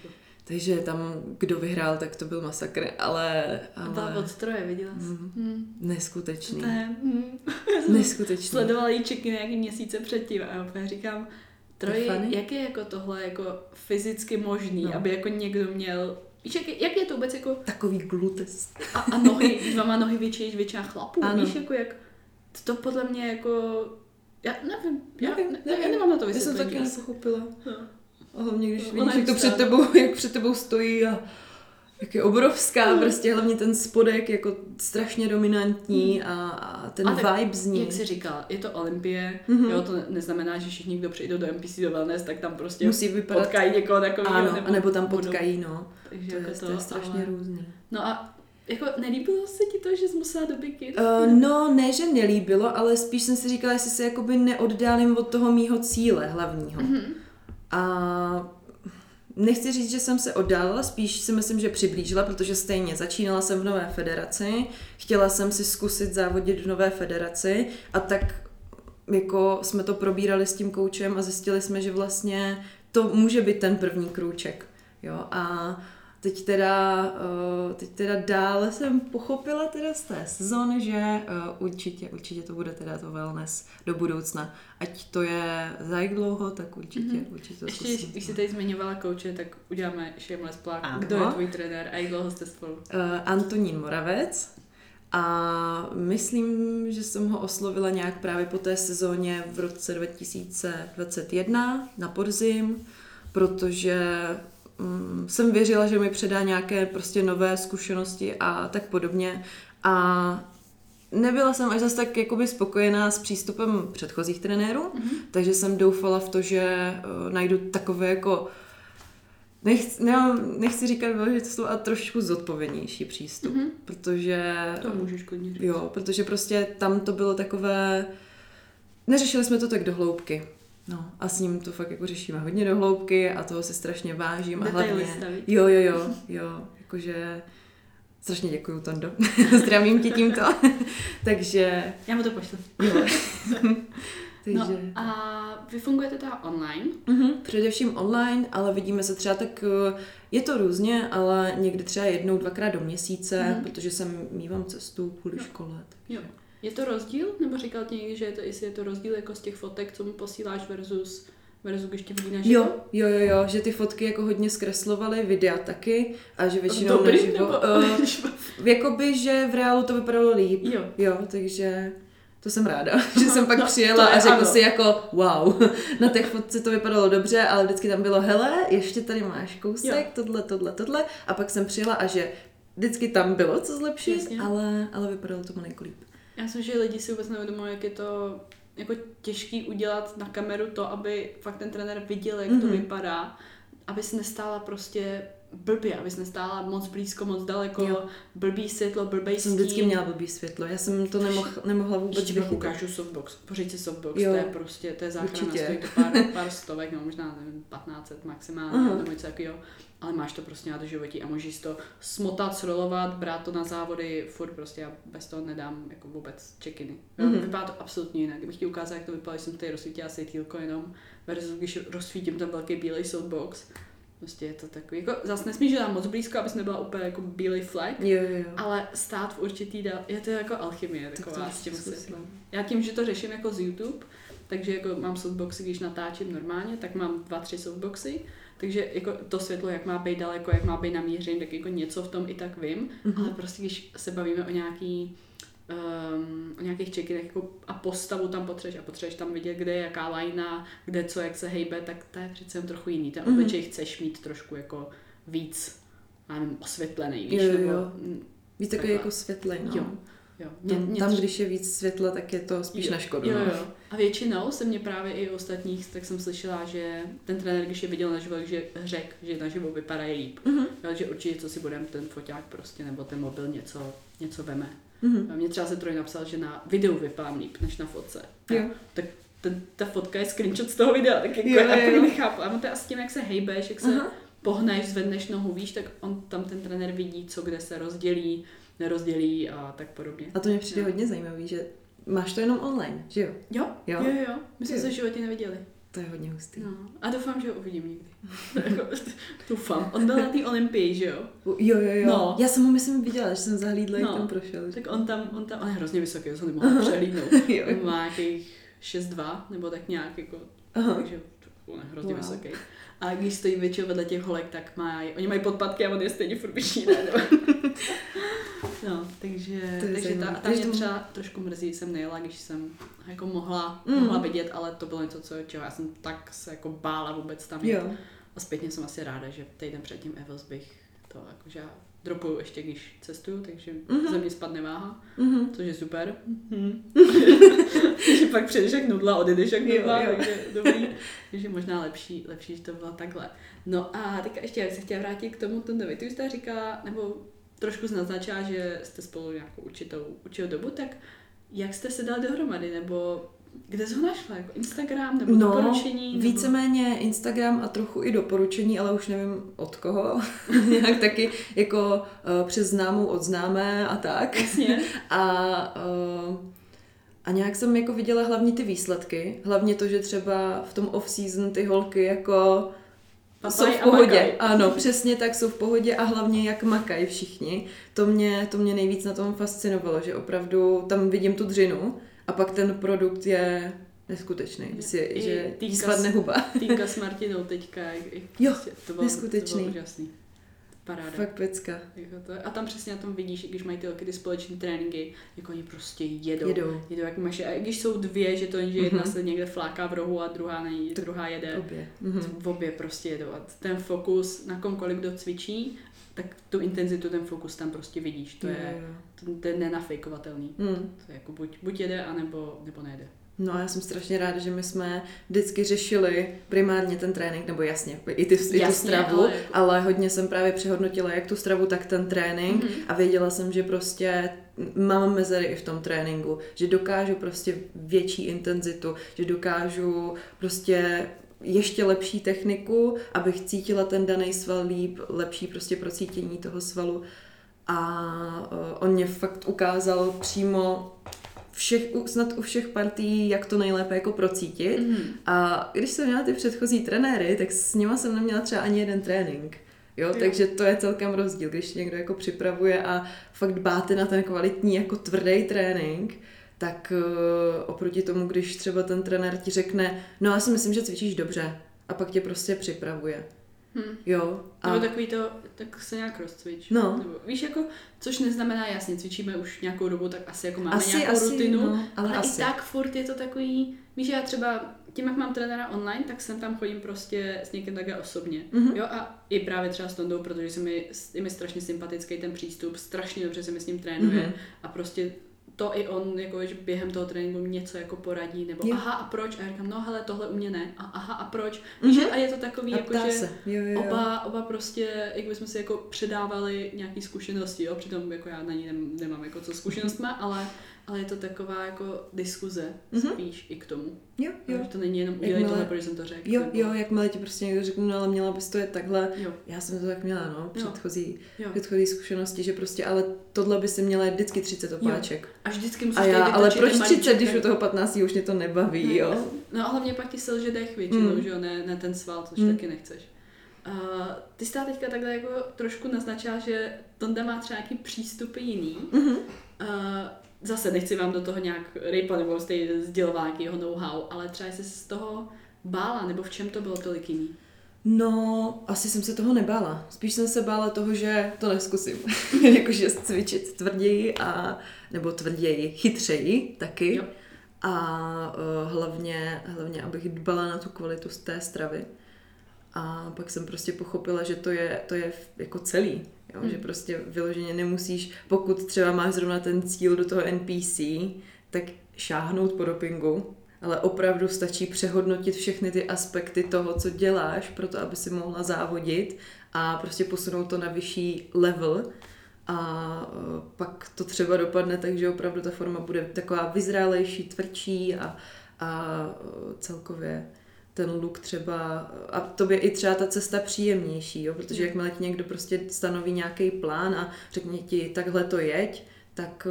takže tam, kdo vyhrál, tak to byl masakr, ale... ale... Byla od stroje, viděla jsi. Mm, hmm. Neskutečný. Ne, hmm. Neskutečný. Sledovala jí čeky nějaký měsíce předtím a já úplně říkám, Troji, jak je jako tohle jako fyzicky možný, no. aby jako někdo měl... Víš, jak, jak je to vůbec jako... Takový glutes. A, a nohy, když má nohy větší než většina chlapů, ano. víš, jako jak... To podle mě jako... Já nevím, já, nevím, ne, nevím. já nemám na to vysvětlení. Já jsem taky nepochopila. No. A hlavně, když Ona vidíš, jak to před tebou, jak před tebou stojí a jak je obrovská, no. prostě hlavně ten spodek jako strašně dominantní a, a ten a vibe z ní. Jak jsi říkala, je to olympie, mm-hmm. jo, to neznamená, že všichni, kdo přijdou do N P C do wellness, tak tam prostě musí vypadat... potkají někoho takového. Ano, nebo, nebo tam budou. potkají, no. Takže to, jako je, to, to je strašně ale... různý. No a jako nelíbilo se ti to, že jsi musela do bikin? Uh, no, ne, že nelíbilo, ale spíš jsem si říkala, jestli se jakoby neoddálím od toho mýho cíle hlavního. Mm-hmm. A nechci říct, že jsem se oddálila, spíš si myslím, že přiblížila, protože stejně začínala jsem v nové federaci, chtěla jsem si zkusit závodit v nové federaci a tak jako jsme to probírali s tím koučem a zjistili jsme, že vlastně to může být ten první krůček. Jo? A teď teda, teď teda dále jsem pochopila teda z té sezóny, že určitě, určitě to bude teda to wellness do budoucna. Ať to je za jak dlouho, tak určitě, mm-hmm. určitě to Ještě, zkusím. když jsi tady zmiňovala kouče, tak uděláme shameless plug. Kdo je tvůj trenér a jak dlouho jste spolu? Uh, Antonín Moravec. A myslím, že jsem ho oslovila nějak právě po té sezóně v roce dva tisíce dvacet jedna na podzim, protože um, jsem věřila, že mi předá nějaké prostě nové zkušenosti a tak podobně. A nebyla jsem až zase tak jakoby spokojená s přístupem předchozích trenérů, mm-hmm. takže jsem doufala v to, že uh, najdu takové jako Nechci, nemám, nechci říkat že to slovo, ale trošku zodpovědnější přístup, mm-hmm. protože... To můžeš klidně říct. Jo, protože prostě tam to bylo takové... Neřešili jsme to tak do hloubky. No, a s ním to fakt jako řešíme hodně do hloubky a toho si strašně vážím. A hlavně... Jo, jo, jo, jo, jakože... Strašně děkuju, Tondo. Zdravím tě tímto. Takže... Já mu to pošlu. Jo. Takže... No a vy fungujete teda online? Mm-hmm, především online, ale vidíme se třeba tak, je to různě, ale někdy třeba jednou, dvakrát do měsíce, mm-hmm. protože jsem mívám cestu kvůli jo. škole. Jo. Je to rozdíl? Nebo říkal ti někdy, že je to, jestli je to rozdíl jako z těch fotek, co mu posíláš versus, versus když tě vidí na živo? Jo, jo, jo, jo, že ty fotky jako hodně zkreslovaly, videa taky a že většinou Dobrý, na živo. Nebo... Uh, jakoby, že v reálu to vypadalo líp. Jo. Jo, takže... To jsem ráda, že jsem pak no, přijela a řekla si jako wow, na těch fotce to vypadalo dobře, ale vždycky tam bylo hele, ještě tady máš kousek, jo. tohle, tohle, tohle a pak jsem přijela a že vždycky tam bylo co zlepšit, ale, ale vypadalo to malinko líp. Já myslím, že lidi si vůbec neuvědomují, jak je to jako těžký udělat na kameru to, aby fakt ten trenér viděl, jak mm-hmm. to vypadá, aby se nestála prostě blbě, abys nestála moc blízko, moc daleko, jo. blbý světlo, blbý stín. Jsem vždycky měla blbý světlo, já jsem to nemoh, nemohla vůbec vychytit. Ještě ukážu softbox, pořiď si softbox, jo. to je prostě, to je záchrana, stojí to pár, pár stovek, no možná nevím, patnáct set maximálně, nebo něco takového, ale máš to prostě na životě a můžeš to smotat, srolovat, brát to na závody, furt prostě já bez toho nedám jako vůbec check-iny. Mm-hmm. Vypadá to absolutně jinak, kdybych ti ukázala, jak to vypadá, když jsem tady rozsvítila světýlko jenom, versus když rozsvítím ten velký bílej softbox. Prostě je to takový, jako zase nesmíš dát moc blízko, abys nebyla úplně jako bílej flek, Jo, jo, jo. ale stát v určitý dál, je to jako alchymie taková s tím světlem. Já tím, že to řeším jako z YouTube, takže jako mám softboxy, když natáčím normálně, tak mám dva, tři softboxy, takže jako to světlo, jak má být daleko, jak má být namířený, tak jako něco v tom i tak vím, mm-hmm. ale prostě když se bavíme o nějaký Um, o nějakých check-inech jako a postavu tam potřebuješ a potřebuješ tam vidět, kde je jaká lajna, kde co, jak se hejbe, tak to je přece jen trochu jiný. Ten mm-hmm. obličej chceš mít trošku jako víc, já nevím, osvětlený, víš, jo, jo. nebo... Víc takový jako světlej, no. Jo, jo. Tam, Mě, tam, mě když je víc světla, tak je to spíš jo, na škodu. Jo, no. jo. A většinou se mě právě i ostatních, tak jsem slyšela, že ten trenér, když je viděl naživo, že řekl, že naživo vypadají líp. Mm-hmm. Jo, že určitě, co si budem, ten foťák prostě, nebo ten mobil něco, něco veme. Mm-hmm. Mně třeba se Troj napsal, že na videu vypadám líp, než na fotce. Jo. Tak ten, ta fotka je screenshot z toho videa, tak jako jo, já jo. nechápu. A to je asi tím, jak se hejbeš, jak se Aha. pohneš, zvedneš nohu, víš, tak on tam ten trenér vidí, co kde se rozdělí, nerozdělí a tak podobně. A to mě přijde jo. hodně zajímavý, že máš to jenom online, že jo? Jo, jo, jo. jo. My jsme se v životě neviděli. To je hodně hustý. No. A doufám, že ho uvidím někdy. Doufám. On byl na té Olympii, že jo? Jo, jo, jo. No. Já jsem ho myslím viděla, že jsem zahlídla, jak no. tam prošel. Tak on tam, on tam, on je hrozně vysoký, já jsem nemohla přehlídnout. On má nějakých šest dva, nebo tak nějak, jako, Aha. takže on je hrozně wow. vysoký. A když stojí většinou vedle těch holek, tak mají, oni mají podpatky a on je stejně furt vyšší, ne? No, takže, takže ta, ta mě třeba trošku mrzí, jsem nejela, když jsem jako mohla, mm. mohla vidět, ale to bylo něco, co, čeho já jsem tak se jako bála vůbec tam jít. A zpětně jsem asi ráda, že týden předtím Evos bych to jakože já dropuju ještě, když cestuju, takže mm-hmm. ze mě spadne váha, mm-hmm. což je super. Mm-hmm. Takže pak přijdeš jak nudla, odejdeš jak nudla, jo, jo. takže dobrý. Takže možná lepší, lepší, že to bylo takhle. No a teďka ještě, jak se chtěla vrátit k tomu Tondovi, ty už jste říkala, nebo trošku naznačila, že jste spolu nějakou určitou, určitou dobu, tak jak jste se dali dohromady, nebo kde jsi ho našla? Jako Instagram nebo no, doporučení? Nebo... víceméně Instagram a trochu i doporučení, ale už nevím od koho. Nějak taky jako uh, přes známou od známé a tak. Jasně. A, uh, a nějak jsem jako viděla hlavně ty výsledky. Hlavně to, že třeba v tom off-season ty holky jako Papaj jsou v pohodě. Ano, přesně tak, jsou v pohodě a hlavně jak makají všichni. To mě, to mě nejvíc na tom fascinovalo, že opravdu tam vidím tu dřinu. A pak ten produkt je neskutečný, je, I, že jí spadne huba. Týka s Martinou teďka. Jo, to bylo, neskutečný. To bylo úžasný. Paráda. Fakt pecka. A tam přesně na tom vidíš, když mají ty, ty společné tréninky, jako oni prostě jedou. Jedou. jedou jak maši. A když jsou dvě, že to že jedna mm-hmm. se někde fláká v rohu a druhá není, to druhá jede. Obě. Mm-hmm. V obě prostě jedou. A ten fokus na komkoliv kdo cvičí, tak tu intenzitu, ten fokus tam prostě vidíš. To je, je, to, to je nenafejkovatelný. Mm. To je jako buď, buď jede, anebo, nebo nejede. No a já jsem strašně ráda, že my jsme vždycky řešili primárně ten trénink, nebo jasně, i, ty, i jasně, tu stravu, ale, jako... ale hodně jsem právě přehodnotila jak tu stravu, tak ten trénink mm-hmm. a věděla jsem, že prostě mám mezery i v tom tréninku, že dokážu prostě větší intenzitu, že dokážu prostě ještě lepší techniku, abych cítila ten daný sval líp, lepší prostě procítění toho svalu a on mě fakt ukázal přímo všech, snad u všech partií, jak to nejlépe jako procítit. Mm. A když jsem měla ty předchozí trenéry, tak s nima jsem neměla třeba ani jeden trénink. Jo? Jo. Takže to je celkem rozdíl, když někdo jako připravuje a fakt dbáte na ten kvalitní jako tvrdý trénink, tak uh, oproti tomu, když třeba ten trenér ti řekne, no já si myslím, že cvičíš dobře a pak tě prostě připravuje. Hmm. Jo. A... Nebo takový to, tak se nějak rozcvič. No. Nebo, víš, jako, což neznamená, jasně, cvičíme už nějakou dobu, tak asi jako máme asi, nějakou asi, rutinu, no, ale, ale asi. i tak furt je to takový, víš, já třeba tím, jak mám trenéra online, tak sem tam chodím prostě s někým také osobně. Mm-hmm. Jo, a i právě třeba s Tondou, protože se mi, je mi strašně sympatický ten přístup, strašně dobře se mi s ním trénuje mm-hmm. a prostě to i on, jako, že během toho tréninku něco jako poradí, nebo jo. aha, a proč? A já říkám, no hele, tohle u mě ne. A aha, a proč? Mm-hmm. Že, a je to takový, jako, že jo, jo, jo. Oba, oba prostě, jak bychom si jako předávali nějaký zkušenosti, jo? Přitom jako já na ní nemám jako co zkušenostma, ale, ale je to taková jako diskuze mm-hmm. spíš i k tomu. Jo, jo. Že to není jenom udělej tohle, protože jsem to řekl. Jo, nebo... jo, jakmile ti prostě někdo řekne, no ale měla bys to je takhle. Jo. Já jsem to tak měla, no, předchozí, jo. předchozí zkušenosti, že prostě, ale tohle by si měla vždycky třicet opáček. Jo. A vždycky musíš a já, ale proč třicet, když u toho patnácti už mě to nebaví, no, jo? No a hlavně pak ti selže dech většinou, mm. že jo, ne, ne ten sval, což mm. taky nechceš. Uh, ty jsi teďka takhle jako trošku naznačila, že Tonda má třeba nějaký přístupy jiný. Mm-hmm. Uh, zase nechci vám do toho nějak rypat nebo prostě sdělovat nějakýho know-how, ale třeba jsi se z toho bála, nebo v čem to bylo tolik jiný? No, asi jsem se toho nebála. Spíš jsem se bála toho, že to neskusím. Jakože cvičit tvrději a, nebo tvrději, chytřeji taky. Jo. A uh, hlavně, hlavně, abych dbala na tu kvalitu z té stravy. A pak jsem prostě pochopila, že to je, to je jako celý. Jo? Mm. Že prostě vyloženě nemusíš, pokud třeba máš zrovna ten cíl do toho N P C, tak šáhnout po dopingu, ale opravdu stačí přehodnotit všechny ty aspekty toho, co děláš, proto aby si mohla závodit a prostě posunout to na vyšší level. A pak to třeba dopadne tak, že opravdu ta forma bude taková vyzrálejší, tvrdší a, a celkově ten look třeba, a tobě i třeba ta cesta příjemnější, jo? Protože jakmile ti někdo prostě stanoví nějaký plán a řekne ti, takhle to jeď, tak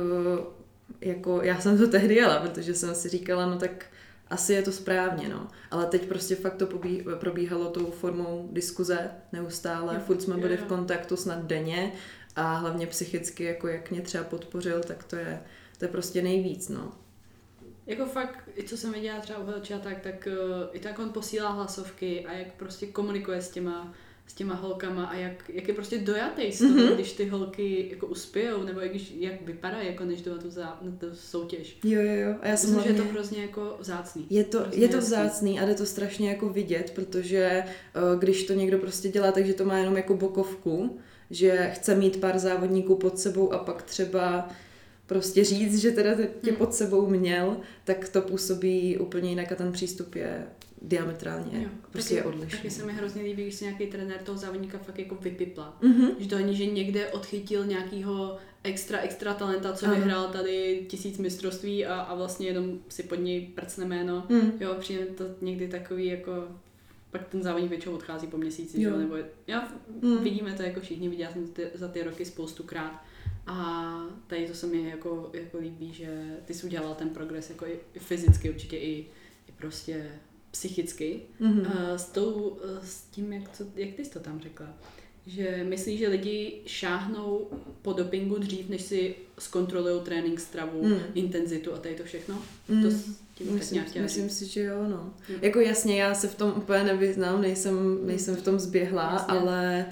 jako já jsem to tehdy jela, protože jsem si říkala, no tak asi je to správně, no. Ale teď prostě fakt to pobí, probíhalo tou formou diskuze neustále, jo, furt jsme byli jo, jo. v kontaktu snad denně a hlavně psychicky, jako jak mě třeba podpořil, tak to je, to je prostě nejvíc, no. Jako fakt, i co jsem viděla třeba u Helča, tak, tak uh, i to, jak on posílá hlasovky a jak prostě komunikuje s těma, s těma holkama a jak, jak je prostě dojatý z toho, mm-hmm. když ty holky jako uspějou, nebo jak, jak vypadá, jako než jdou na tu, zá, na tu soutěž. Jo, jo, jo. A já jsem Myslím, hlavně... že je to hrozně jako vzácný. Je to, je to vzácný a jde to strašně jako vidět, protože uh, když to někdo prostě dělá, takže to má jenom jako bokovku, že chce mít pár závodníků pod sebou a pak třeba prostě říct, že teda tě pod sebou měl, tak to působí úplně jinak a ten přístup je diametrálně, jo, prostě taky, je odlišný. Taky se mi hrozně líbí, když se nějaký trenér toho závodníka fakt jako vypipla. Mm-hmm. Že to ani, že někde odchytil nějakýho extra, extra talenta, co Aha. vyhrál tady tisíc mistrovství a, a vlastně jenom si pod něj prcne jméno. Mm. Jo, přijde to někdy takový jako... Pak ten závodník většinou odchází po měsíci, jo. Že? Nebo jo, mm. vidíme to jako všichni, viděla jsem ty, za ty roky spoustukrát. A tady to se mi jako, jako líbí, že ty jsi udělala ten progres jako i, i fyzicky, určitě i, i prostě psychicky. Mm-hmm. Uh, s, tou, s tím, jak, co, jak ty jsi to tam řekla, že myslíš, že lidi šáhnou po dopingu dřív, než si zkontrolují trénink, stravu, mm. intenzitu a tady to všechno? Mm. To tím myslím, tak myslím si, že jo, no. Mm. Jako jasně, já se v tom úplně nevyznám, nejsem, nejsem v tom zběhlá, jasně. Ale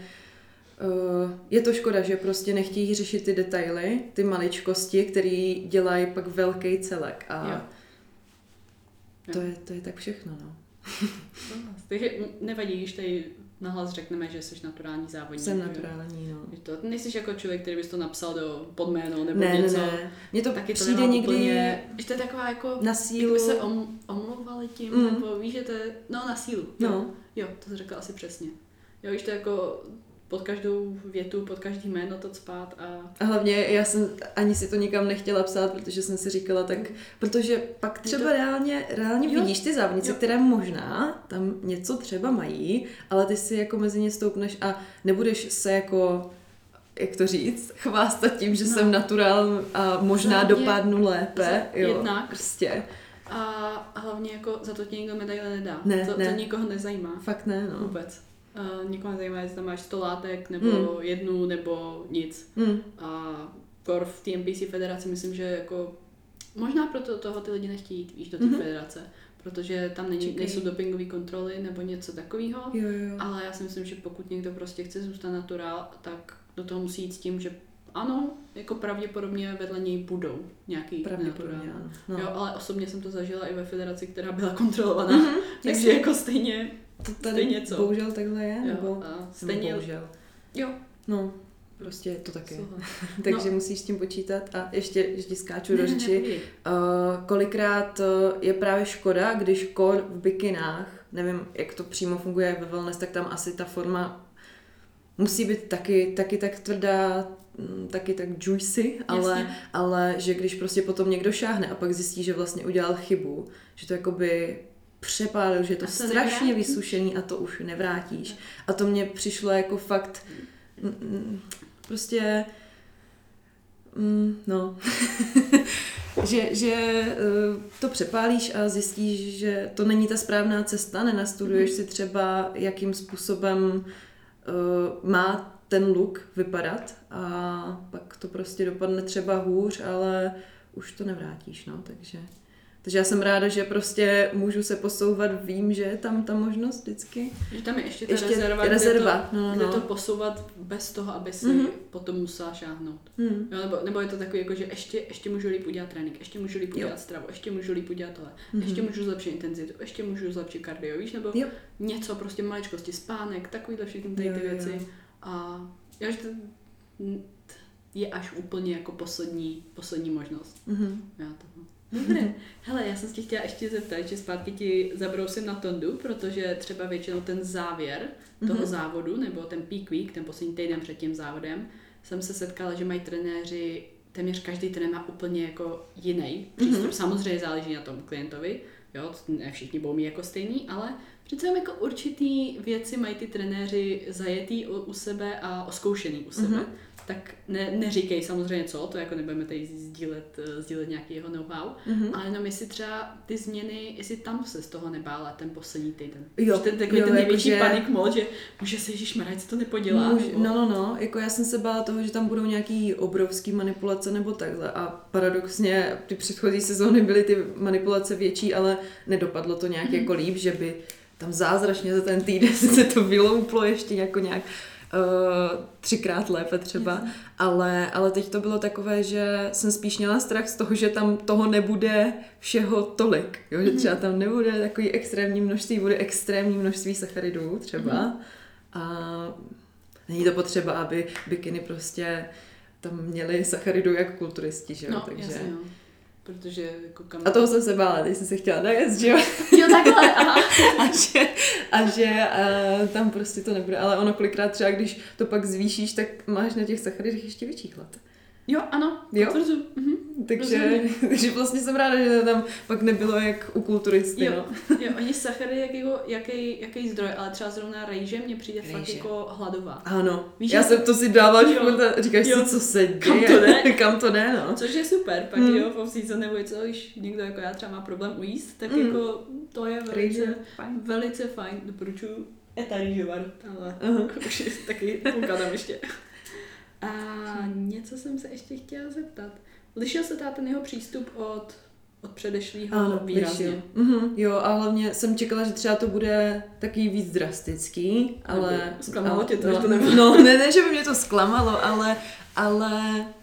uh, je to škoda, že prostě nechtějí řešit ty detaily, ty maličkosti, které dělají pak velký celek a jo. To, je, to je tak všechno, no. Takže nevadí, když tady nahlas řekneme, že jsi naturální závodník. Jsem naturální, no. To nejsi jako člověk, který bys to napsal do podjméno nebo ne, něco. Ne, ne, Mně to taky přijde to někdy... Úplně, že to je taková jako... Na sílu. Jak by se om, omlouvali tím, mm. nebo víš, že to je... No, na sílu. No. Jo, jo, to jsi řekla asi přesně. Jo, víš, to je jako... pod každou větu, pod každý jméno to cpát a... A hlavně já jsem ani si to nikam nechtěla psát, protože jsem si říkala tak, protože pak třeba to... reálně, reálně vidíš ty závodnice, jo. které možná tam něco třeba mají, ale ty si jako mezi ně stoupneš a nebudeš se jako, jak to říct, chvástat tím, že no. jsem naturál a možná hlavně dopadnu lépe. Jo, jednak. Prostě. A hlavně jako za to ti nikdo medaile nedá. Ne, to, ne. to nikoho nezajímá. Fakt ne, no. Vůbec. Uh, nikoho nezajímá, jestli tam máš sto látek, nebo mm. jednu, nebo nic. Mm. A kor v té N P C federaci myslím, že jako možná proto toho ty lidi nechtějí jít, víš, do té mm-hmm. federace, protože tam není, nejsou dopingové kontroly nebo něco takového, jo, jo. Ale já si myslím, že pokud někdo prostě chce zůstat naturál, tak do toho musí jít s tím, že ano, jako pravděpodobně vedle něj budou nějaký naturální. No. Jo, ale osobně jsem to zažila i ve federaci, která byla kontrolovaná, mm-hmm, takže jasný. Jako stejně to tady stejně co. Bohužel takhle je, jo, nebo stejně bohužel. Jo. No, prostě to taky. Takže no. musíš s tím počítat a ještě, ještě skáču do řeči. Uh, kolikrát je právě škoda, když kor v bikinách, nevím, jak to přímo funguje ve wellness, tak tam asi ta forma musí být taky, taky tak tvrdá, taky tak juicy, ale, ale že když prostě potom někdo šáhne a pak zjistí, že vlastně udělal chybu, že to jakoby přepálil, že je to strašně nevrátíš. Vysušený a to už nevrátíš. A to mně přišlo jako fakt mm, prostě mm, no že, že to přepálíš a zjistíš, že to není ta správná cesta, nenastuduješ si třeba, jakým způsobem uh, má ten look vypadat a pak to prostě dopadne třeba hůř, ale už to nevrátíš, no, takže... Takže já jsem ráda, že prostě můžu se posouvat, vím, že je tam ta možnost vždycky. Že tam je ještě ta ještě rezerva, rezerva. Kde, to, no, no, kde no. to posouvat bez toho, aby si mm-hmm. potom musela šáhnout. Mm. Jo, nebo, nebo je to takový, jako, že ještě, ještě můžu líp udělat trénink, ještě můžu líp udělat jo. stravu, ještě můžu líp udělat tohle, mm-hmm. ještě můžu zlepšit intenzitu, ještě můžu zlepšit kardio, víš, nebo jo. něco, prostě maličkosti, spánek, takovýhle všechny tady ty jo, jo, věci. Jo. A já, že to je až úplně jako poslední, poslední možnost. Mm-hmm. Já toho. Dobré. Hele, já jsem se tě chtěla ještě zeptat, že zpátky ti zabrousím na tondu, protože třeba většinou ten závěr toho mm-hmm. závodu, nebo ten peak week, ten poslední týden před tím závodem, jsem se setkala, že mají trenéři, téměř každý trenér má úplně jako jiný přístup. Mm-hmm. Samozřejmě záleží na tom klientovi, jo, ne všichni budou mít jako stejný, ale přece jako určitý věci mají ty trenéři zajetý u, u sebe a oskoušený u sebe. Mm-hmm. Tak ne, neříkej samozřejmě co, to jako nebudeme tady sdílet, sdílet nějaký jeho know-how, mm-hmm. ale jenom jestli třeba ty změny, jestli tam se z toho nebála ten poslední týden. Jo, ten, takový jo, ten největší jako, panik mod, že může se ježišmarja, co to nepodělá. Můž, no, no, no, jako já jsem se bála toho, že tam budou nějaký obrovský manipulace nebo takhle a paradoxně ty předchozí sezóny byly ty manipulace větší, ale nedopadlo to nějak mm-hmm. jako líp, že by tam zázračně za ten týden se to vylouplo ještě jako nějak Uh, třikrát lépe třeba, ale, ale teď to bylo takové, že jsem spíš měla strach z toho, že tam toho nebude všeho tolik, jo? Že třeba tam nebude takový extrémní množství, bude extrémní množství sacharidů třeba a není to potřeba, aby bikiny prostě tam měly sacharidů jako kulturisti, že jo, no, takže... Jasně, no. Protože jako kam... A toho jsem se bála, teď jsem se chtěla najet, že jo? Jo, takhle, aha. A že, a že a tam prostě to nebude, ale ono kolikrát třeba, když to pak zvýšíš, tak máš na těch sacharidech ještě větší hlad. Jo, ano, potvrzuji. Mhm. Takže, takže vlastně jsem ráda, že to tam pak nebylo jak u kulturisty. Jo, no. jo, oni sacharidy jaký, jaký, jaký zdroj, ale třeba zrovna rejže mně přijde rejže. Fakt jako hladová. Ano, víš, já jsem to si dávala, že říkáš jo. si, co se děje. Kam to jde? Kam to jde, no. Což je super, pak hmm. jo, v off-season nebo něco, když někdo jako já třeba má problém ujíst, tak hmm. jako to je velice, fajn. veličce fajn, doporučuji eta rýžovar, ale uh-huh. už je taky půlka tam ještě. A něco jsem se ještě chtěla zeptat. Lišil se ten jeho přístup od, od předešlého ano, výrazně? Mm-hmm, jo, a hlavně jsem čekala, že třeba to bude taky víc drastický, ale... Zklamalo tě to, no, že to nebylo. No, ne, ne, že by mě to zklamalo, ale, ale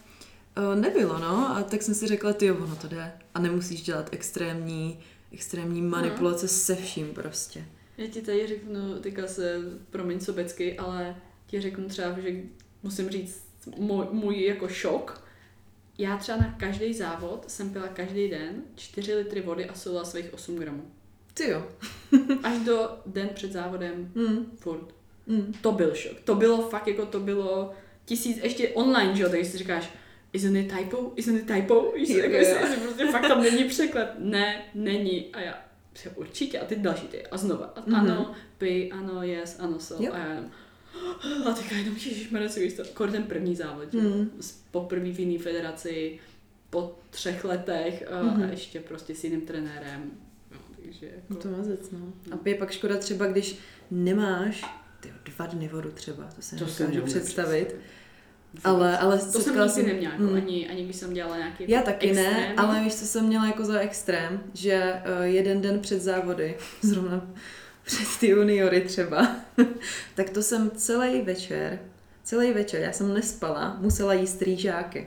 uh, nebylo, no. A tak jsem si řekla, ty jo, ono to jde. A nemusíš dělat extrémní, extrémní manipulace hmm. se vším prostě. Já ti tady řeknu, teďka se, promiň sobecky, ale ti řeknu třeba, že musím říct můj, můj jako šok. Já třeba na každý závod jsem pila každý den čtyři litry vody a solila svých osm gramů. Ty jo. Až do den před závodem mm. furt. Mm. To byl šok. To bylo fakt jako to bylo tisíc, ještě online, že jo, takže si říkáš, isn't it typo? Isn't it typo? Víš, yeah. jako jestli, jestli prostě fakt tam není překlep. Ne, není. A já, určitě, a ty další ty. A znova. A, mm-hmm. Ano, pij, ano, yes, ano, so. Yep. A já jenom, a teďka jenom, ježišmarja, si víš to, skoro ten první závod, mm. poprvé v jiný federaci, po třech letech mm-hmm. a ještě prostě s jiným trenérem. No, takže jako... To mazec, no. A je pak škoda třeba, když nemáš tyjo, dva dny vodu třeba, to se nedokážu představit. představit. Ale, ale to jsem nikdy neměla, jako, mm. ani, ani když jsem dělala nějaký Já taky extrém. ne, ale víš, co jsem měla jako za extrém, že uh, jeden den před závody, zrovna před ty juniory třeba, tak to jsem celý večer, celý večer, já jsem nespala, musela jíst rýžáky.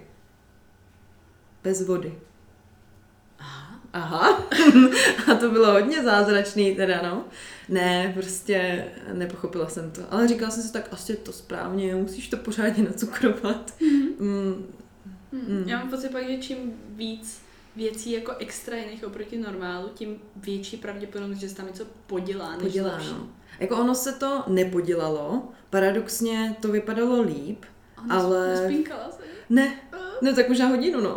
Bez vody. Aha. Aha. A to bylo hodně zázračný teda, no. Ne, prostě nepochopila jsem to. Ale říkala jsem si tak, asi to správně, musíš to pořádně nacukrovat. Mm. Mm. Mm. Já mám pocit, že čím víc věcí jako extra jiných oproti normálu, tím větší pravděpodobnost, že se tam něco podělá. Podělá, no. Jako ono se to nepodělalo, paradoxně to vypadalo líp, Ona ale... Nespínkala se? Ne, ne, tak možná hodinu, no.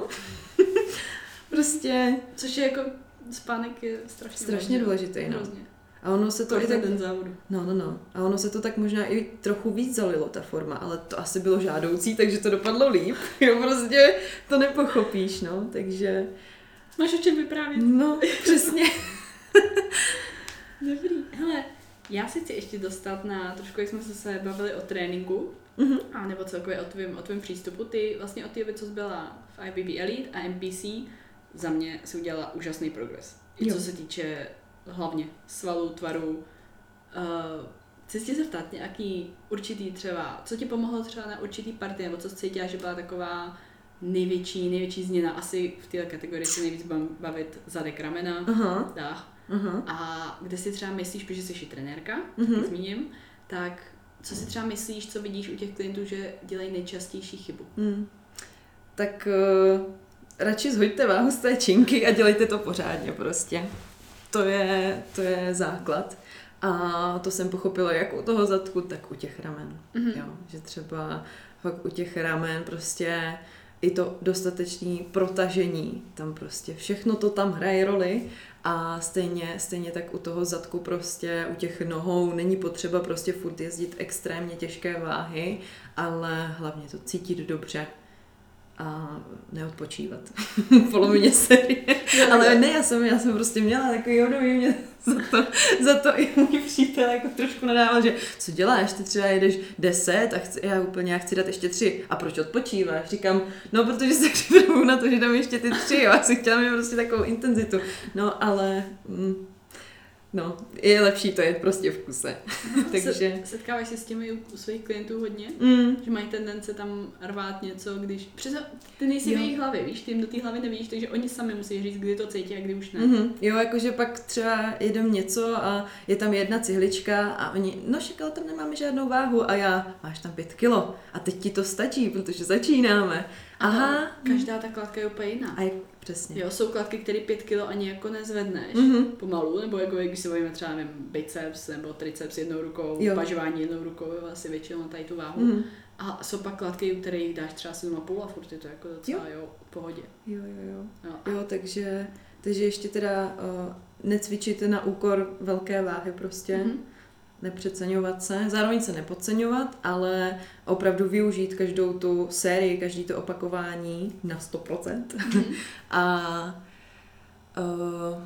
Prostě... Což je jako, spánek je strašně, strašně důležitý, no. Hrozně. A ono se to Kolik i tak... den závodu. No, no, no. A ono se to tak možná i trochu víc zalilo, ta forma, ale to asi bylo žádoucí, takže to dopadlo líp. Jo, prostě to nepochopíš, no, takže... Máš o čem vyprávět. No, přesně. Dobrý. Hele, Já si chci ještě dostat na trošku, jak jsme se bavili o tréninku, Mhm. a nebo celkově o tvém, o tvém přístupu. Ty vlastně od té doby, co jsi byla v I B B Elite a M P C, za mě si udělala úžasný progres. I Jo. co se týče hlavně svalů, tvarů. Uh, chci se zeptat nějaký určitý třeba, co ti pomohlo třeba na určitý party, nebo co jsi cítila, že byla taková největší, největší změna. Asi v této kategorii se nejvíc budem bavit zadek ramena, Aha. dách. Aha. A kde si třeba myslíš, protože jsi i trenérka, Mhm. tak zmíním, tak co si třeba myslíš, co vidíš u těch klientů, že dělají nejčastější chybu? Hmm. Tak uh, radši zhoďte váhu z té činky a dělejte to pořádně prostě. To je, to je základ. A to jsem pochopila jak u toho zadku, tak u těch ramen. Mhm. Jo, že třeba fakt u těch ramen prostě i to dostatečné protažení, tam prostě všechno to tam hraje roli a stejně, stejně tak u toho zadku prostě, u těch nohou není potřeba prostě furt jezdit extrémně těžké váhy, ale hlavně to cítit dobře a neodpočívat. V polovině série. Ale ne, já jsem, já jsem prostě měla takový období, mě za to, za to i můj přítel jako trošku nadával, že co děláš, ty třeba jedeš deset a chci, já úplně já chci dát ještě tři. A proč odpočíváš? Říkám, no protože se připravuju na to, že dám ještě ty tři, jo. Já jsem chtěla mít prostě takovou intenzitu. No ale, mm, no, je lepší to jet prostě v kuse. Takže... Setkáváš se s těmi u, u svých klientů hodně? Mm. Že mají tendence tam rvát něco, když... Přesto ty nejsi v jejich hlavě, víš? Ty jim do té hlavy nevíš, takže oni sami musí říct, kdy to cítí a kdy už ne. Mm-hmm. Jo, jakože pak třeba jedem něco a je tam jedna cihlička a oni, no však, ale tam nemáme žádnou váhu a já, máš tam pět kilo a teď ti to stačí, protože začínáme. Aha. Každá ta kladka je úplně jiná. A je, přesně. Jo, jsou kladky, které pět kilo ani jako nezvedneš Mm-hmm. pomalu, nebo jako když se bavíme třeba, nevím, biceps nebo triceps jednou rukou, Jo. pažování jednou rukou, jo, asi většinou tady tu váhu. Mm-hmm. A jsou pak kladky, u kterých dáš třeba sedm a půl a furt je to jako docela, jo, jo v pohodě. Jo, jo, jo. Jo. Jo, takže, takže ještě teda uh, necvičíte na úkor velké váhy prostě. Mhm. Nepřeceňovat se, zároveň se nepodceňovat, ale opravdu využít každou tu sérii, každý to opakování na sto procent. Mhm. A uh,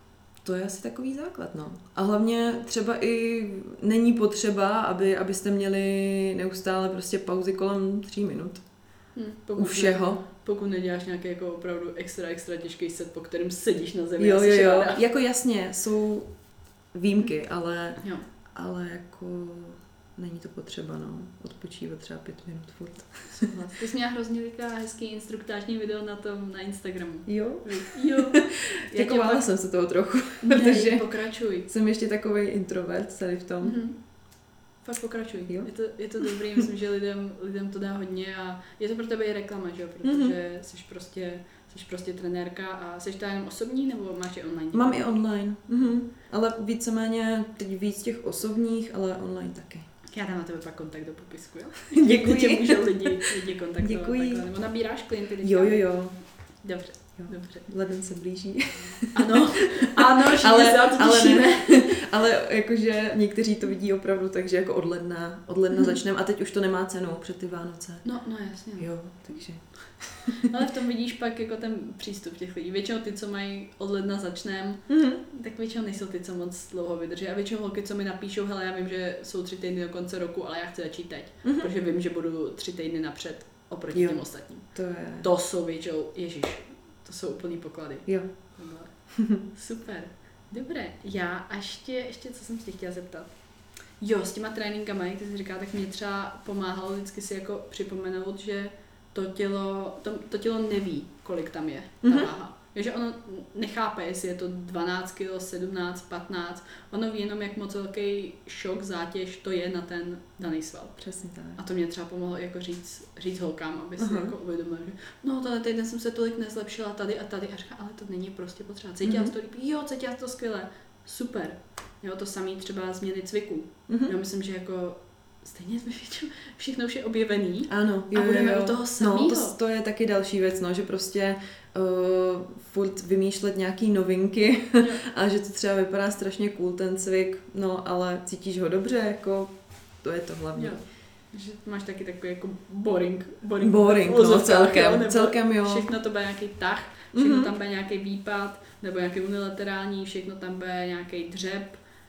to je asi takový základ, no. A hlavně třeba i není potřeba, aby, abyste měli neustále prostě pauzy kolem tří minut. Hm, U pokud všeho. Ne, pokud neděláš nějaký jako opravdu extra, extra těžký set, po kterém sedíš na zemi. Jo, a jo, jsi jo. ráda. Jako jasně, jsou výjimky, ale, Jo. ale jako není to potřeba, no. Odpočívat třeba pět minut furt. Souhlas. Ty jsi měla hrozně taková hezký instruktážní video na tom, na Instagramu. Jo. Jo. Jako bála jsem se toho trochu, Ne, protože pokračuj. jsem ještě takovej introvert tady v tom. Mhm. Fakt pokračuj. Jo. Je to, je to dobrý, myslím, že lidem, lidem to dá hodně a je to pro tebe i reklama, že jo? Protože Mhm. jsi prostě, jsi prostě trenérka a jsi to jenom osobní nebo máš i online? Mám i online, mhm. Ale víceméně teď víc těch osobních, ale online taky. Já dám na tebe pak kontakt do popisku, jo? Děkuji. Tě můžou lidi, lidi kontaktovat. Děkuji. Takhle. Nebo nabíráš klienty teďka? Jo, jo, jo. Dobře, Jo. dobře. Leden se blíží. Ano, ano, všichni ale, se na to ale, těšíme. ne, ale jakože někteří to vidí opravdu tak, že jako od ledna, od ledna Mhm. začneme a teď už to nemá cenu před ty Vánoce. No, no jasně. Jo, takže. Ale v tom vidíš pak jako ten přístup těch lidí. Většinou ty, co mají od ledna začnem, Mhm. tak většinou nejsou ty, co moc dlouho vydrží. A většinou holky, co mi napíšou, hele, já vím, že jsou tři týdny do konce roku, ale já chci začít teď. Mhm. Protože vím, že budu tři týdny napřed oproti Jo. těm ostatním. To je. To jsou většinou, ježiš, to jsou úplný poklady. Jo. Tohle. Super. Dobré. Já a ještě, ještě, co jsem si chtěla zeptat. Jo, s těma tréninkama, jak ty jsi říká, tak mě třeba pomáhalo vždycky si jako připomenout, že to tělo, to, to tělo neví, kolik tam je ta Mhm. váha. že ono nechápe, jestli je to dvanáct kilo, sedmnáct, patnáct. Ono ví jenom, jak moc velký šok, zátěž to je na ten daný sval. Přesně tak. A to mě třeba pomohlo jako říct, říct holkám, aby si Aha. jako uvědomili, že no, tady týden jsem se tolik nezlepšila tady a tady. A říká, ale to není prostě potřeba. Cítila Mhm. jsi to líp? Jo, cítila jsi to skvěle. Super. Jo, to samé třeba změny cviku. Mhm. Já myslím, že jako stejně jsme všechno už je objevený. Ano, jo, A budeme jo, jo. u toho No, samého. to, to je taky další věc, no, že prostě uh, furt vymýšlet nějaký novinky Jo. a že to třeba vypadá strašně cool ten cvik, no, ale cítíš ho dobře, jako to je to hlavně. Jo. Že máš taky takový jako boring. Boring, Boring, v no, uvozovkách, celkem, jo, nebo celkem jo. Všechno to bude nějaký tah, všechno Mhm. tam bude nějaký výpad, nebo nějaký unilaterální, všechno tam bude nějaký dřep,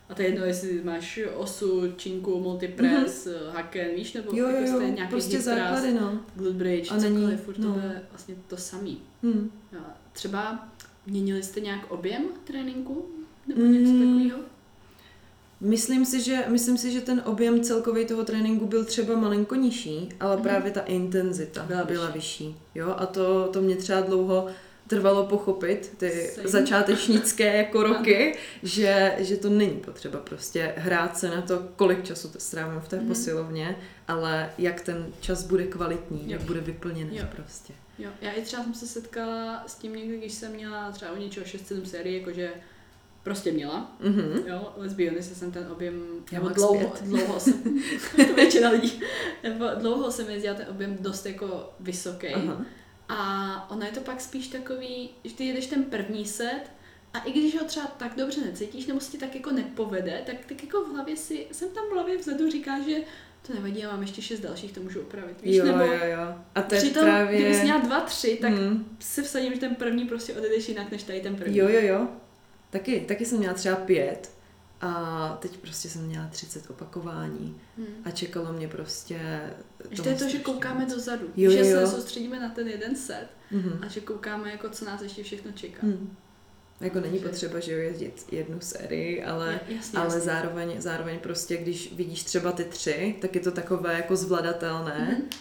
A to je jedno, jestli máš osu, činku, multipress, mm-hmm. haken, víš, nebo jo, jo, jako jo, nějaký prostě základy, no. glute bridge, a není, cokoliv, furt no. to je vlastně to samý. Hmm. Jo, třeba měnili jste nějak objem tréninku? Nebo něco mm. takového? Myslím si, že, myslím si, že ten objem celkový toho tréninku byl třeba malinko nižší, ale mm. právě ta intenzita byla, byla vyšší. vyšší. Jo, a to, to mě třeba dlouho trvalo pochopit, ty Same. začátečnické jako roky, že, že to není potřeba prostě hrát se na to, kolik času to strávím v té mm. posilovně, ale jak ten čas bude kvalitní, jo. jak bude vyplněný jo. prostě. Jo, já i třeba jsem se setkala s tím někdy, když jsem měla třeba u něčeho šest sedm sérií, jakože prostě měla, mm-hmm. jo, let's be honest, jsem ten objem, nebo dlouho, dlouho jsem, to většina lidí, nebo dlouho jsem jezdila ten objem dost jako vysoký. Aha. A ono je to pak spíš takový, že ty jedeš ten první set a i když ho třeba tak dobře necítíš, nebo se ti tak jako nepovede, tak, tak jako v hlavě si, jsem tam v hlavě vzadu říká, že to nevadí, já mám ještě šest dalších, to můžu opravit, víš, jo, nebo jo, jo. A to je přitom, právě... kdybys měla dva, tři, tak hmm. si vsadím, že ten první prostě odejdeš jinak, než tady ten první. Jo, jo, jo. Taky, taky jsem měla třeba pět a teď prostě jsem měla třicet opakování hmm. a čekalo mě prostě... Ještě to je to, že koukáme dozadu, jo, že jo, jo. se soustředíme na ten jeden set hmm. a že koukáme, jako co nás ještě všechno čeká. Hmm. Jako není potřeba, že jo, jezdit jednu sérii, ale, jasně, ale jasně. Zároveň, zároveň prostě, když vidíš třeba ty tři, tak je to takové jako zvladatelné mm-hmm.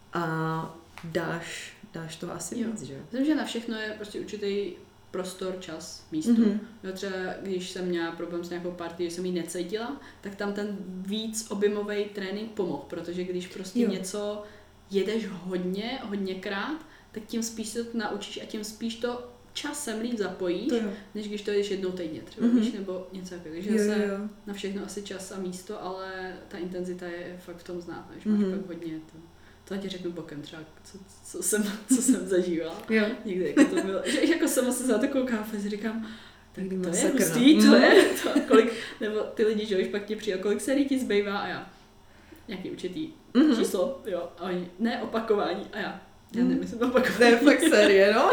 a dáš, dáš to asi jo. víc, že jo? Myslím, že na všechno je prostě určitý prostor, čas, místo. Mm-hmm. Jo, třeba když jsem měla problém s nějakou partii, že jsem ji necítila, tak tam ten víc objemový trénink pomohl, protože když prostě jo. něco jedeš hodně, hodněkrát, tak tím spíš se to naučíš a tím spíš to časem líp zapojíš, než když to jdeš jednou týdně třeba, mm-hmm. víš, nebo něco takového. Takže jo, zase jo. na všechno asi čas a místo, ale ta intenzita je fakt v tom znát, že mm-hmm. máš pak hodně to. To ti řeknu bokem třeba, co, co, jsem, co jsem zažívala. Jo. Někdy jako to bylo, že jako sama se za takovou káfe si říkám, tak to je sakra. hustý, to je, to, kolik, nebo ty lidi, že už pak ti přijde, kolik sérií ti zbývá a já, nějaký určitý mm-hmm. číslo, jo, a oni, ne opakování a já, já mm. nemyslím opakování. To je fakt série, no.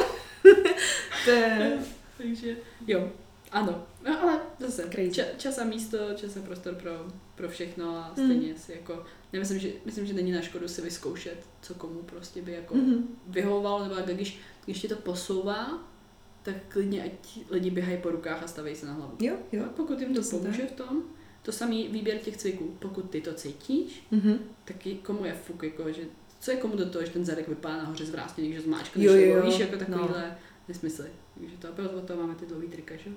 To je... Takže jo, ano, no, ale zase ča, čas a místo, čas a prostor pro, pro všechno a stejně mm. si jako, nemyslím, že, myslím, že není na škodu si vyzkoušet, co komu prostě by jako mm-hmm. vyhovovalo, nebo když, když ti to posouvá, tak klidně ať lidi běhají po rukách a staví se na hlavu. Jo, jo. A pokud jim to pomůže v tom, to samý výběr těch cviků, pokud ty to cítíš, mm-hmm. tak komu je fuk, jako, že co je komu do toho, že ten zadek vypadá nahoře zvrástně, když ho zmáčkneš, víš, jako takovýhle no. nesmysly. Takže to opravdu od toho máme ty dlouhý trika, že?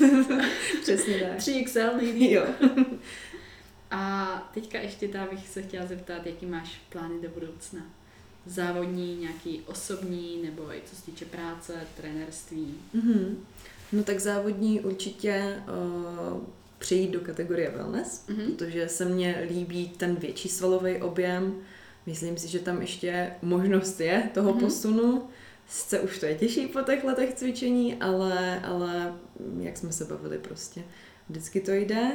Přesně tak. tři X L nejvíc. Jo. A teďka ještě ta bych se chtěla zeptat, jaký máš plány do budoucna? Závodní, nějaký osobní, nebo i co se týče práce, trenérství? Mm-hmm. No tak závodní určitě uh, přejít do kategorie wellness, mm-hmm. protože se mně líbí ten větší svalový objem. Myslím si, že tam ještě možnost je toho mm-hmm. posunu. Sice už to je těžší po těch letech cvičení, ale, ale jak jsme se bavili prostě, vždycky to jde.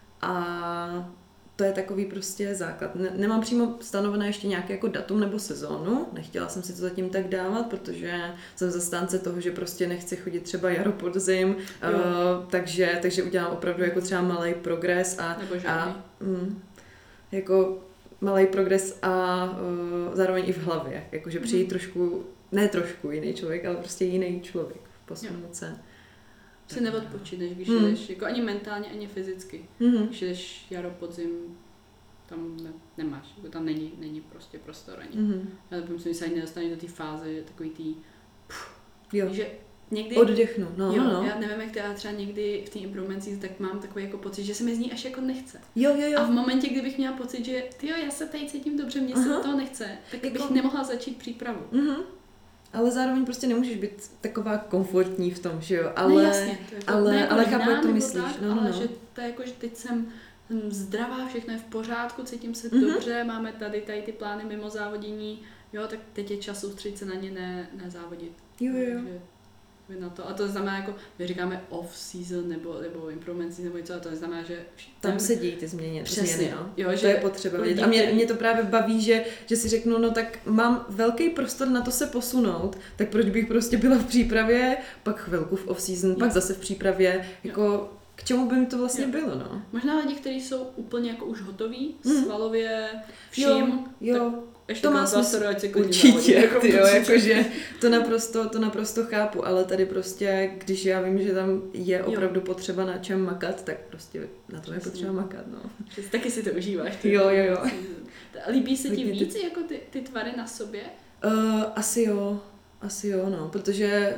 A to je takový prostě základ. Ne, nemám přímo stanovené ještě nějaké jako datum nebo sezónu, nechtěla jsem si to zatím tak dávat, protože jsem zastánce toho, že prostě nechci chodit třeba jaro podzim, uh, takže, takže udělám opravdu jako třeba malej progres a, a mm, jako malej progres a uh, zároveň i v hlavě, jakože přijít mm. trošku, ne trošku jiný člověk, ale prostě jiný člověk v posunout. Si neodpočineš, když mm. jdeš, jako ani mentálně, ani fyzicky. Mm. Když jdeš jaro, podzim, tam ne, nemáš, jako tam není, není prostě prostor ani. Mm. Já to myslím, že se ani nedostaneš do té fáze, takový tý, pff, jo. že někdy... Oddechnu, no, jo, no. Já nevím, jak to já třeba někdy v té improvement season, tak mám takový jako pocit, že se mi z ní až jako nechce. Jo, jo, jo. A v momentě, kdybych měla pocit, že tyjo, já se tady cítím dobře, mě se toho nechce, tak jako... bych nemohla začít přípravu. Mhm. Ale zároveň prostě nemůžeš být taková komfortní v tom, že jo, ale, ne, jasně, to jako, ale, ne jako ale chápu, jak to myslíš. Tak, no, no, ale no. že to je jako, že teď jsem zdravá, všechno je v pořádku, cítím se mm-hmm. dobře, máme tady, tady ty plány mimo závodění, jo, tak teď je čas soustředit se na ně, ne, nezávodit. Jo, jo, jo. Na to. A to znamená, jako my říkáme off-season nebo, nebo improvement season nebo něco, a to znamená, že... Tam tam se dějí ty změny, změny no. Jo, že to je potřeba vidět. A mě, mě to právě baví, že, že si řeknu, no tak mám velký prostor na to se posunout, tak proč bych prostě byla v přípravě, pak chvilku v off-season, jo. pak zase v přípravě, jako k čemu by mi to vlastně Jo. bylo, no. Možná lidi, kteří jsou úplně jako už hotoví, Mhm. svalově, vším, Jo, jo. tak ještě To má dva smysl. ať se klidně Určitě, závodí, jako tyjo, určitě. jakože to naprosto, to naprosto chápu, ale tady prostě, když já vím, že tam je opravdu potřeba na čem makat, tak prostě na to je Přesně. potřeba makat, no. Přes- Taky si to užíváš. ty. Jo, jo, jo. Líbí se ti Hodně ty- víc jako ty, ty tvary na sobě? Uh, asi jo, asi jo, no, protože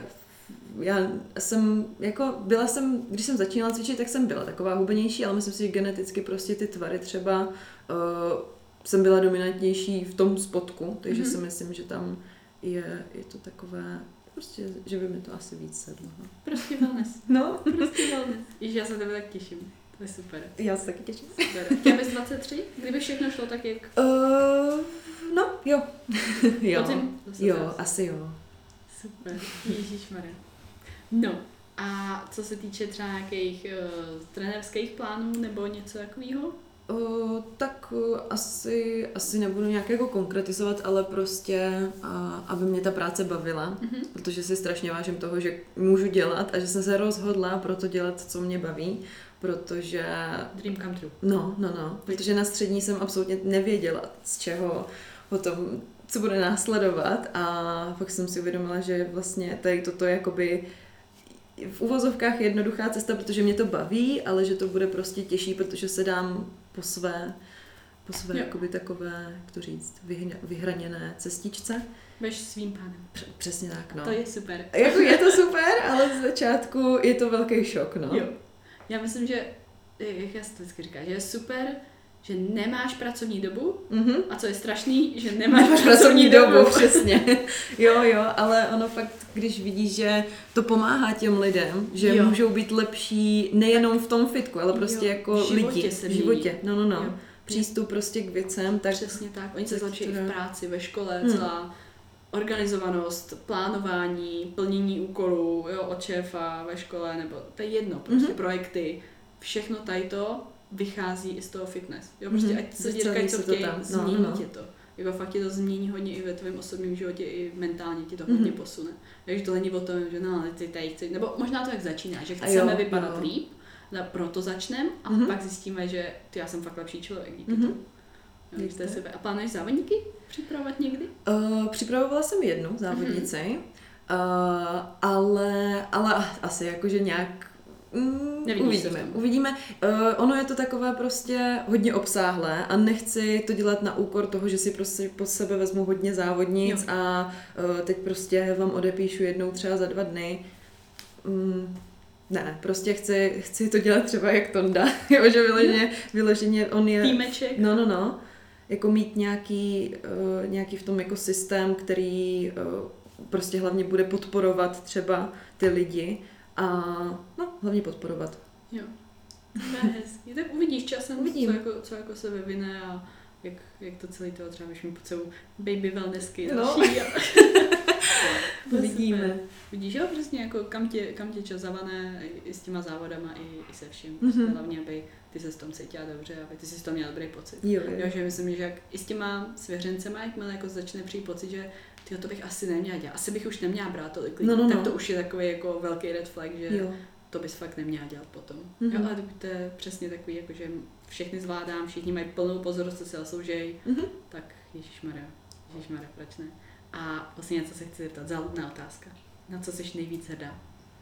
já jsem, jako byla jsem, když jsem začínala cvičit, tak jsem byla taková hubenější, ale myslím si, že geneticky prostě ty tvary třeba uh, jsem byla dominantnější v tom spodku, takže Mhm. si myslím, že tam je, je to takové, prostě, že by mi to asi víc sedlo. No. Prostě wellness. no. Prostě wellness. Ježiš, já se tebe tak těším. To je super. Já se taky těším. Super. Chtěla bys dvacet tři? Kdyby všechno šlo tak, jak Uh, no, jo. jo. podzim? Zase Jo, zase. asi jo. Super. Ježišmarja. No, a co se týče třeba nějakých uh, trenérských plánů nebo něco takového? Uh, tak uh, asi, asi nebudu nějak jako konkretizovat, ale prostě, uh, aby mě ta práce bavila, Mhm. protože si strašně vážím toho, že můžu dělat a že jsem se rozhodla pro to dělat, co mě baví, protože, Dream come true. no, no, no, protože na střední jsem absolutně nevěděla, z čeho potom, co bude následovat a pak jsem si uvědomila, že vlastně tady toto je jakoby v uvozovkách jednoduchá cesta, protože mě to baví, ale že to bude prostě těžší, protože se dám po své, po své Jo. jakoby takové, jak to říct, vyhna, vyhraněné cestičce. Budeš svým pánem. Př- přesně tak, no. To je super. Jako je to super, ale z začátku je to velký šok, no. Jo. Já myslím, že, jak já si to vždycky říkám, že je super, že nemáš pracovní dobu Mhm. a co je strašný, že nemáš, Máš pracovní dobu, přesně. Jo, jo, ale ono fakt, když vidíš, že to pomáhá těm lidem, že Jo. můžou být lepší nejenom v tom fitku, ale prostě Jo, jako v životě lidi. se V mění. životě, no, no, no. Jo. Přístup prostě k věcem, tak Přesně tak. Oni se tak zlepší i to- v práci, ve škole, Hmm. celá organizovanost, plánování, plnění úkolů, jo, od šéfa ve škole, nebo to je jedno, prostě Mhm. projekty, všechno tady to vychází i z toho fitness. Jo, prostě Mhm. ať se Zrcadlí lidi říkají, co se to chtějí, tam. No, změní no. tě to. Jako fakt ti to změní hodně i ve tvém osobním životě, i mentálně ti to hodně Mhm. posune. Takže to není o tom, že no, ale ty tady chci, nebo možná to jak začíná, že A chceme jo, vypadat jo. líp, no, proto začneme a Mhm. pak zjistíme, že ty, já jsem fakt lepší člověk díky Mhm. tomu. Jo, Víš to je to? super. A plánuješ závodníky připravovat někdy? Uh, připravovala jsem jednu závodnici, uh, ale, ale asi jakože nějak mm, Nevidíš se v uvidíme. tom. Uvidíme. Uh, ono je to takové prostě hodně obsáhlé a nechci to dělat na úkor toho, že si prostě pod sebe vezmu hodně závodnic Jo. a uh, teď prostě vám odepíšu jednou třeba za dva dny. Mm, ne, prostě chci, chci to dělat třeba jak Tonda, jo, že vyloženě, vyloženě on je... Týmeček? No, no, no. Jako mít nějaký, uh, nějaký v tom jako systém, který uh, prostě hlavně bude podporovat třeba ty lidi a no, hlavně podporovat. Jo. To je hezký. Tak uvidíš časem, Uvidím. co jako, co jako se vyvine a jak, jak to celé toho třeba vyšmí po celou baby wellnessky. No. další a- To je Uvidíme. super. Vidíš, jo, přesně jako kam tě, kam tě čas zavane i, i s těma závodama, i, i se vším. Mhm. Mm-hmm. Hlavně, aby ty se s tom cítila dobře, aby ty si z toho měla dobrý pocit. Jo, jo. Jo, že myslím, že jak i s těma svěřencema, jakmile jako začne přijít pocit, že tyjo, to bych asi neměla dělat, asi bych už neměla brát tolik lidí, No, no, tak no. to už je takový jako velký red flag, že Jo. to bys fakt neměla dělat potom. Mhm. Jo, ale to je přesně takový, jako že všechny zvládám, všichni mají plnou pozornost, co si zasloužejí, Mhm. tak ježišmarja, ježišmarja, proč ne? A vlastně něco se chci zeptat, záludná otázka. Na co jsi nejvíc hrdá?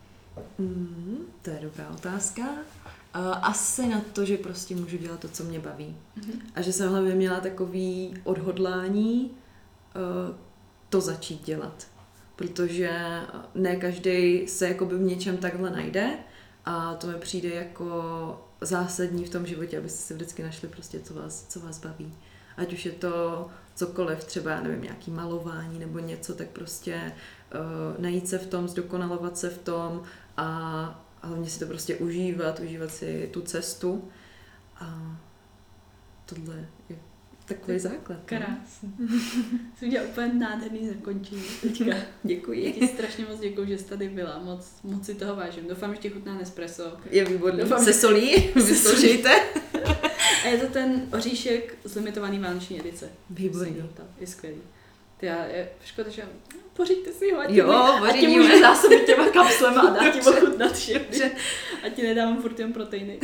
Mm, to je dobrá otázka. Uh, asi na to, že prostě můžu dělat to, co mě baví. Mhm. A že jsem hlavně měla takový odhodlání uh, to začít dělat. Protože ne každý se jakoby v něčem takhle najde a to mi přijde jako zásadní v tom životě, abyste si vždycky našli prostě, co vás, co vás baví. Ať už je to cokoliv, třeba, já nevím, nějaký malování nebo něco, tak prostě uh, najít se v tom, zdokonalovat se v tom a hlavně si to prostě užívat, užívat si tu cestu. A tohle je takový základ. no. Krásný. Jsi udělal úplně nádherný zakončení teďka. Děkuji. Ti strašně moc děkuju, že jsi tady byla. Moc, moc si toho vážím. Doufám, že ti chutná Nespresso. Je výborný. Doufám, Se že- solí, vyzkoušejte. A je to ten oříšek z limitovaný vánoční edice. Výborný. Jsem to, je skvělý. Ty já, je škoda, že pořiďte si ho, ať Jo, a ti pořídíme. může zásobit těma kapslema a dá ti Dobře. ochutnat všechny. A ti nedávám furt jen proteiny.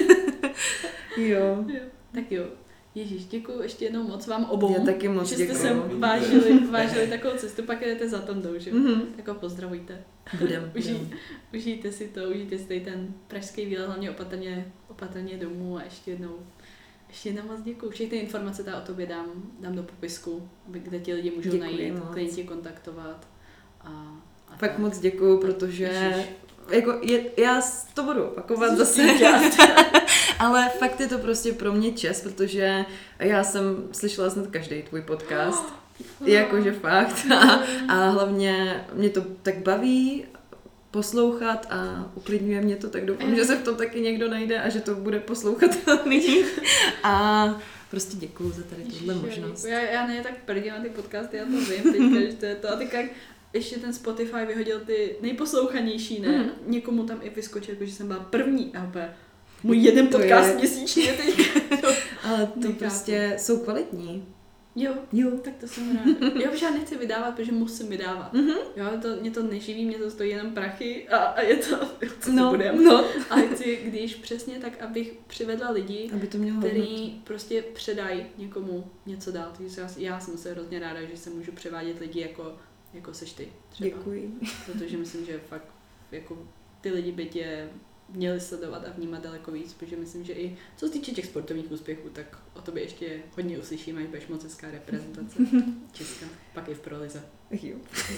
Jo. Jo. Tak jo. Ježíš, děkuji ještě jednou moc vám obou. Já taky moc že jste děkuju. sem vážili, vážili takovou cestu, pak jdete za Tondou, že? Mhm. Tak ho pozdravujte. Budem. Užij, budem. užijte si to, užijte si tady ten pražský výlet, hlavně opatrně, opatrně domů a ještě jednou, ještě jednou moc děkuji. Všechny informace tady o tobě dám, dám do popisku, aby- kde ti lidi můžou Děkuji najít, moc. klienti kontaktovat. A, a Fakt tak. moc děkuju, protože Ježiš. jako je, já to budu opakovat Jsi zase, ale fakt je to prostě pro mě čest, protože já jsem slyšela snad každý tvůj podcast, jakože fakt a, a hlavně mě to tak baví poslouchat a uklidňuje mě to, tak doufám, že se v tom taky někdo najde a že to bude poslouchat lidí a prostě děkuju za tady tuhle možnost. Já, já ne tak prdím na ty podcasty, já to vím teďka, že to je to. A teďka ještě ten Spotify vyhodil ty nejposlouchanější, ne? Mhm. Někomu tam i vyskočil, jako že jsem byla první a úplně můj jeden To podcast je. měsíčně teďka. Ale to Nechápu. prostě jsou kvalitní. Jo, Jo. tak to jsem ráda. Já už já nechci vydávat, protože musím vydávat. Mhm. Jo, to, mě to neživí, mě to stojí jenom prachy a, a je to, co No, si budem. no. Ale chci, když přesně tak, abych přivedla lidi, Aby to mělo hodnotu. který prostě předají někomu něco dál. Takže já, já jsem se hrozně ráda, že se můžu převádět lidi jako, jako seš ty třeba. Děkuji. Protože myslím, že fakt jako ty lidi by tě měli sledovat a vnímat daleko víc, protože myslím, že i co se týče těch sportovních úspěchů, tak o tobě ještě hodně uslyšíme, až budeš moc hezká reprezentace Česka, pak i v prolize. Jo.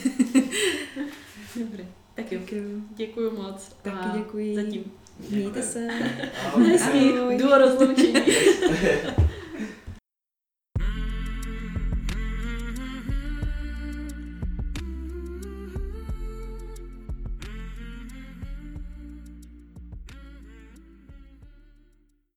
Dobrý. Tak jo, Děkuju. děkuju moc. Taky a děkuji. Zatím. Mějte se. Ahoj. Hezký, Ahoj. duo rozloučení.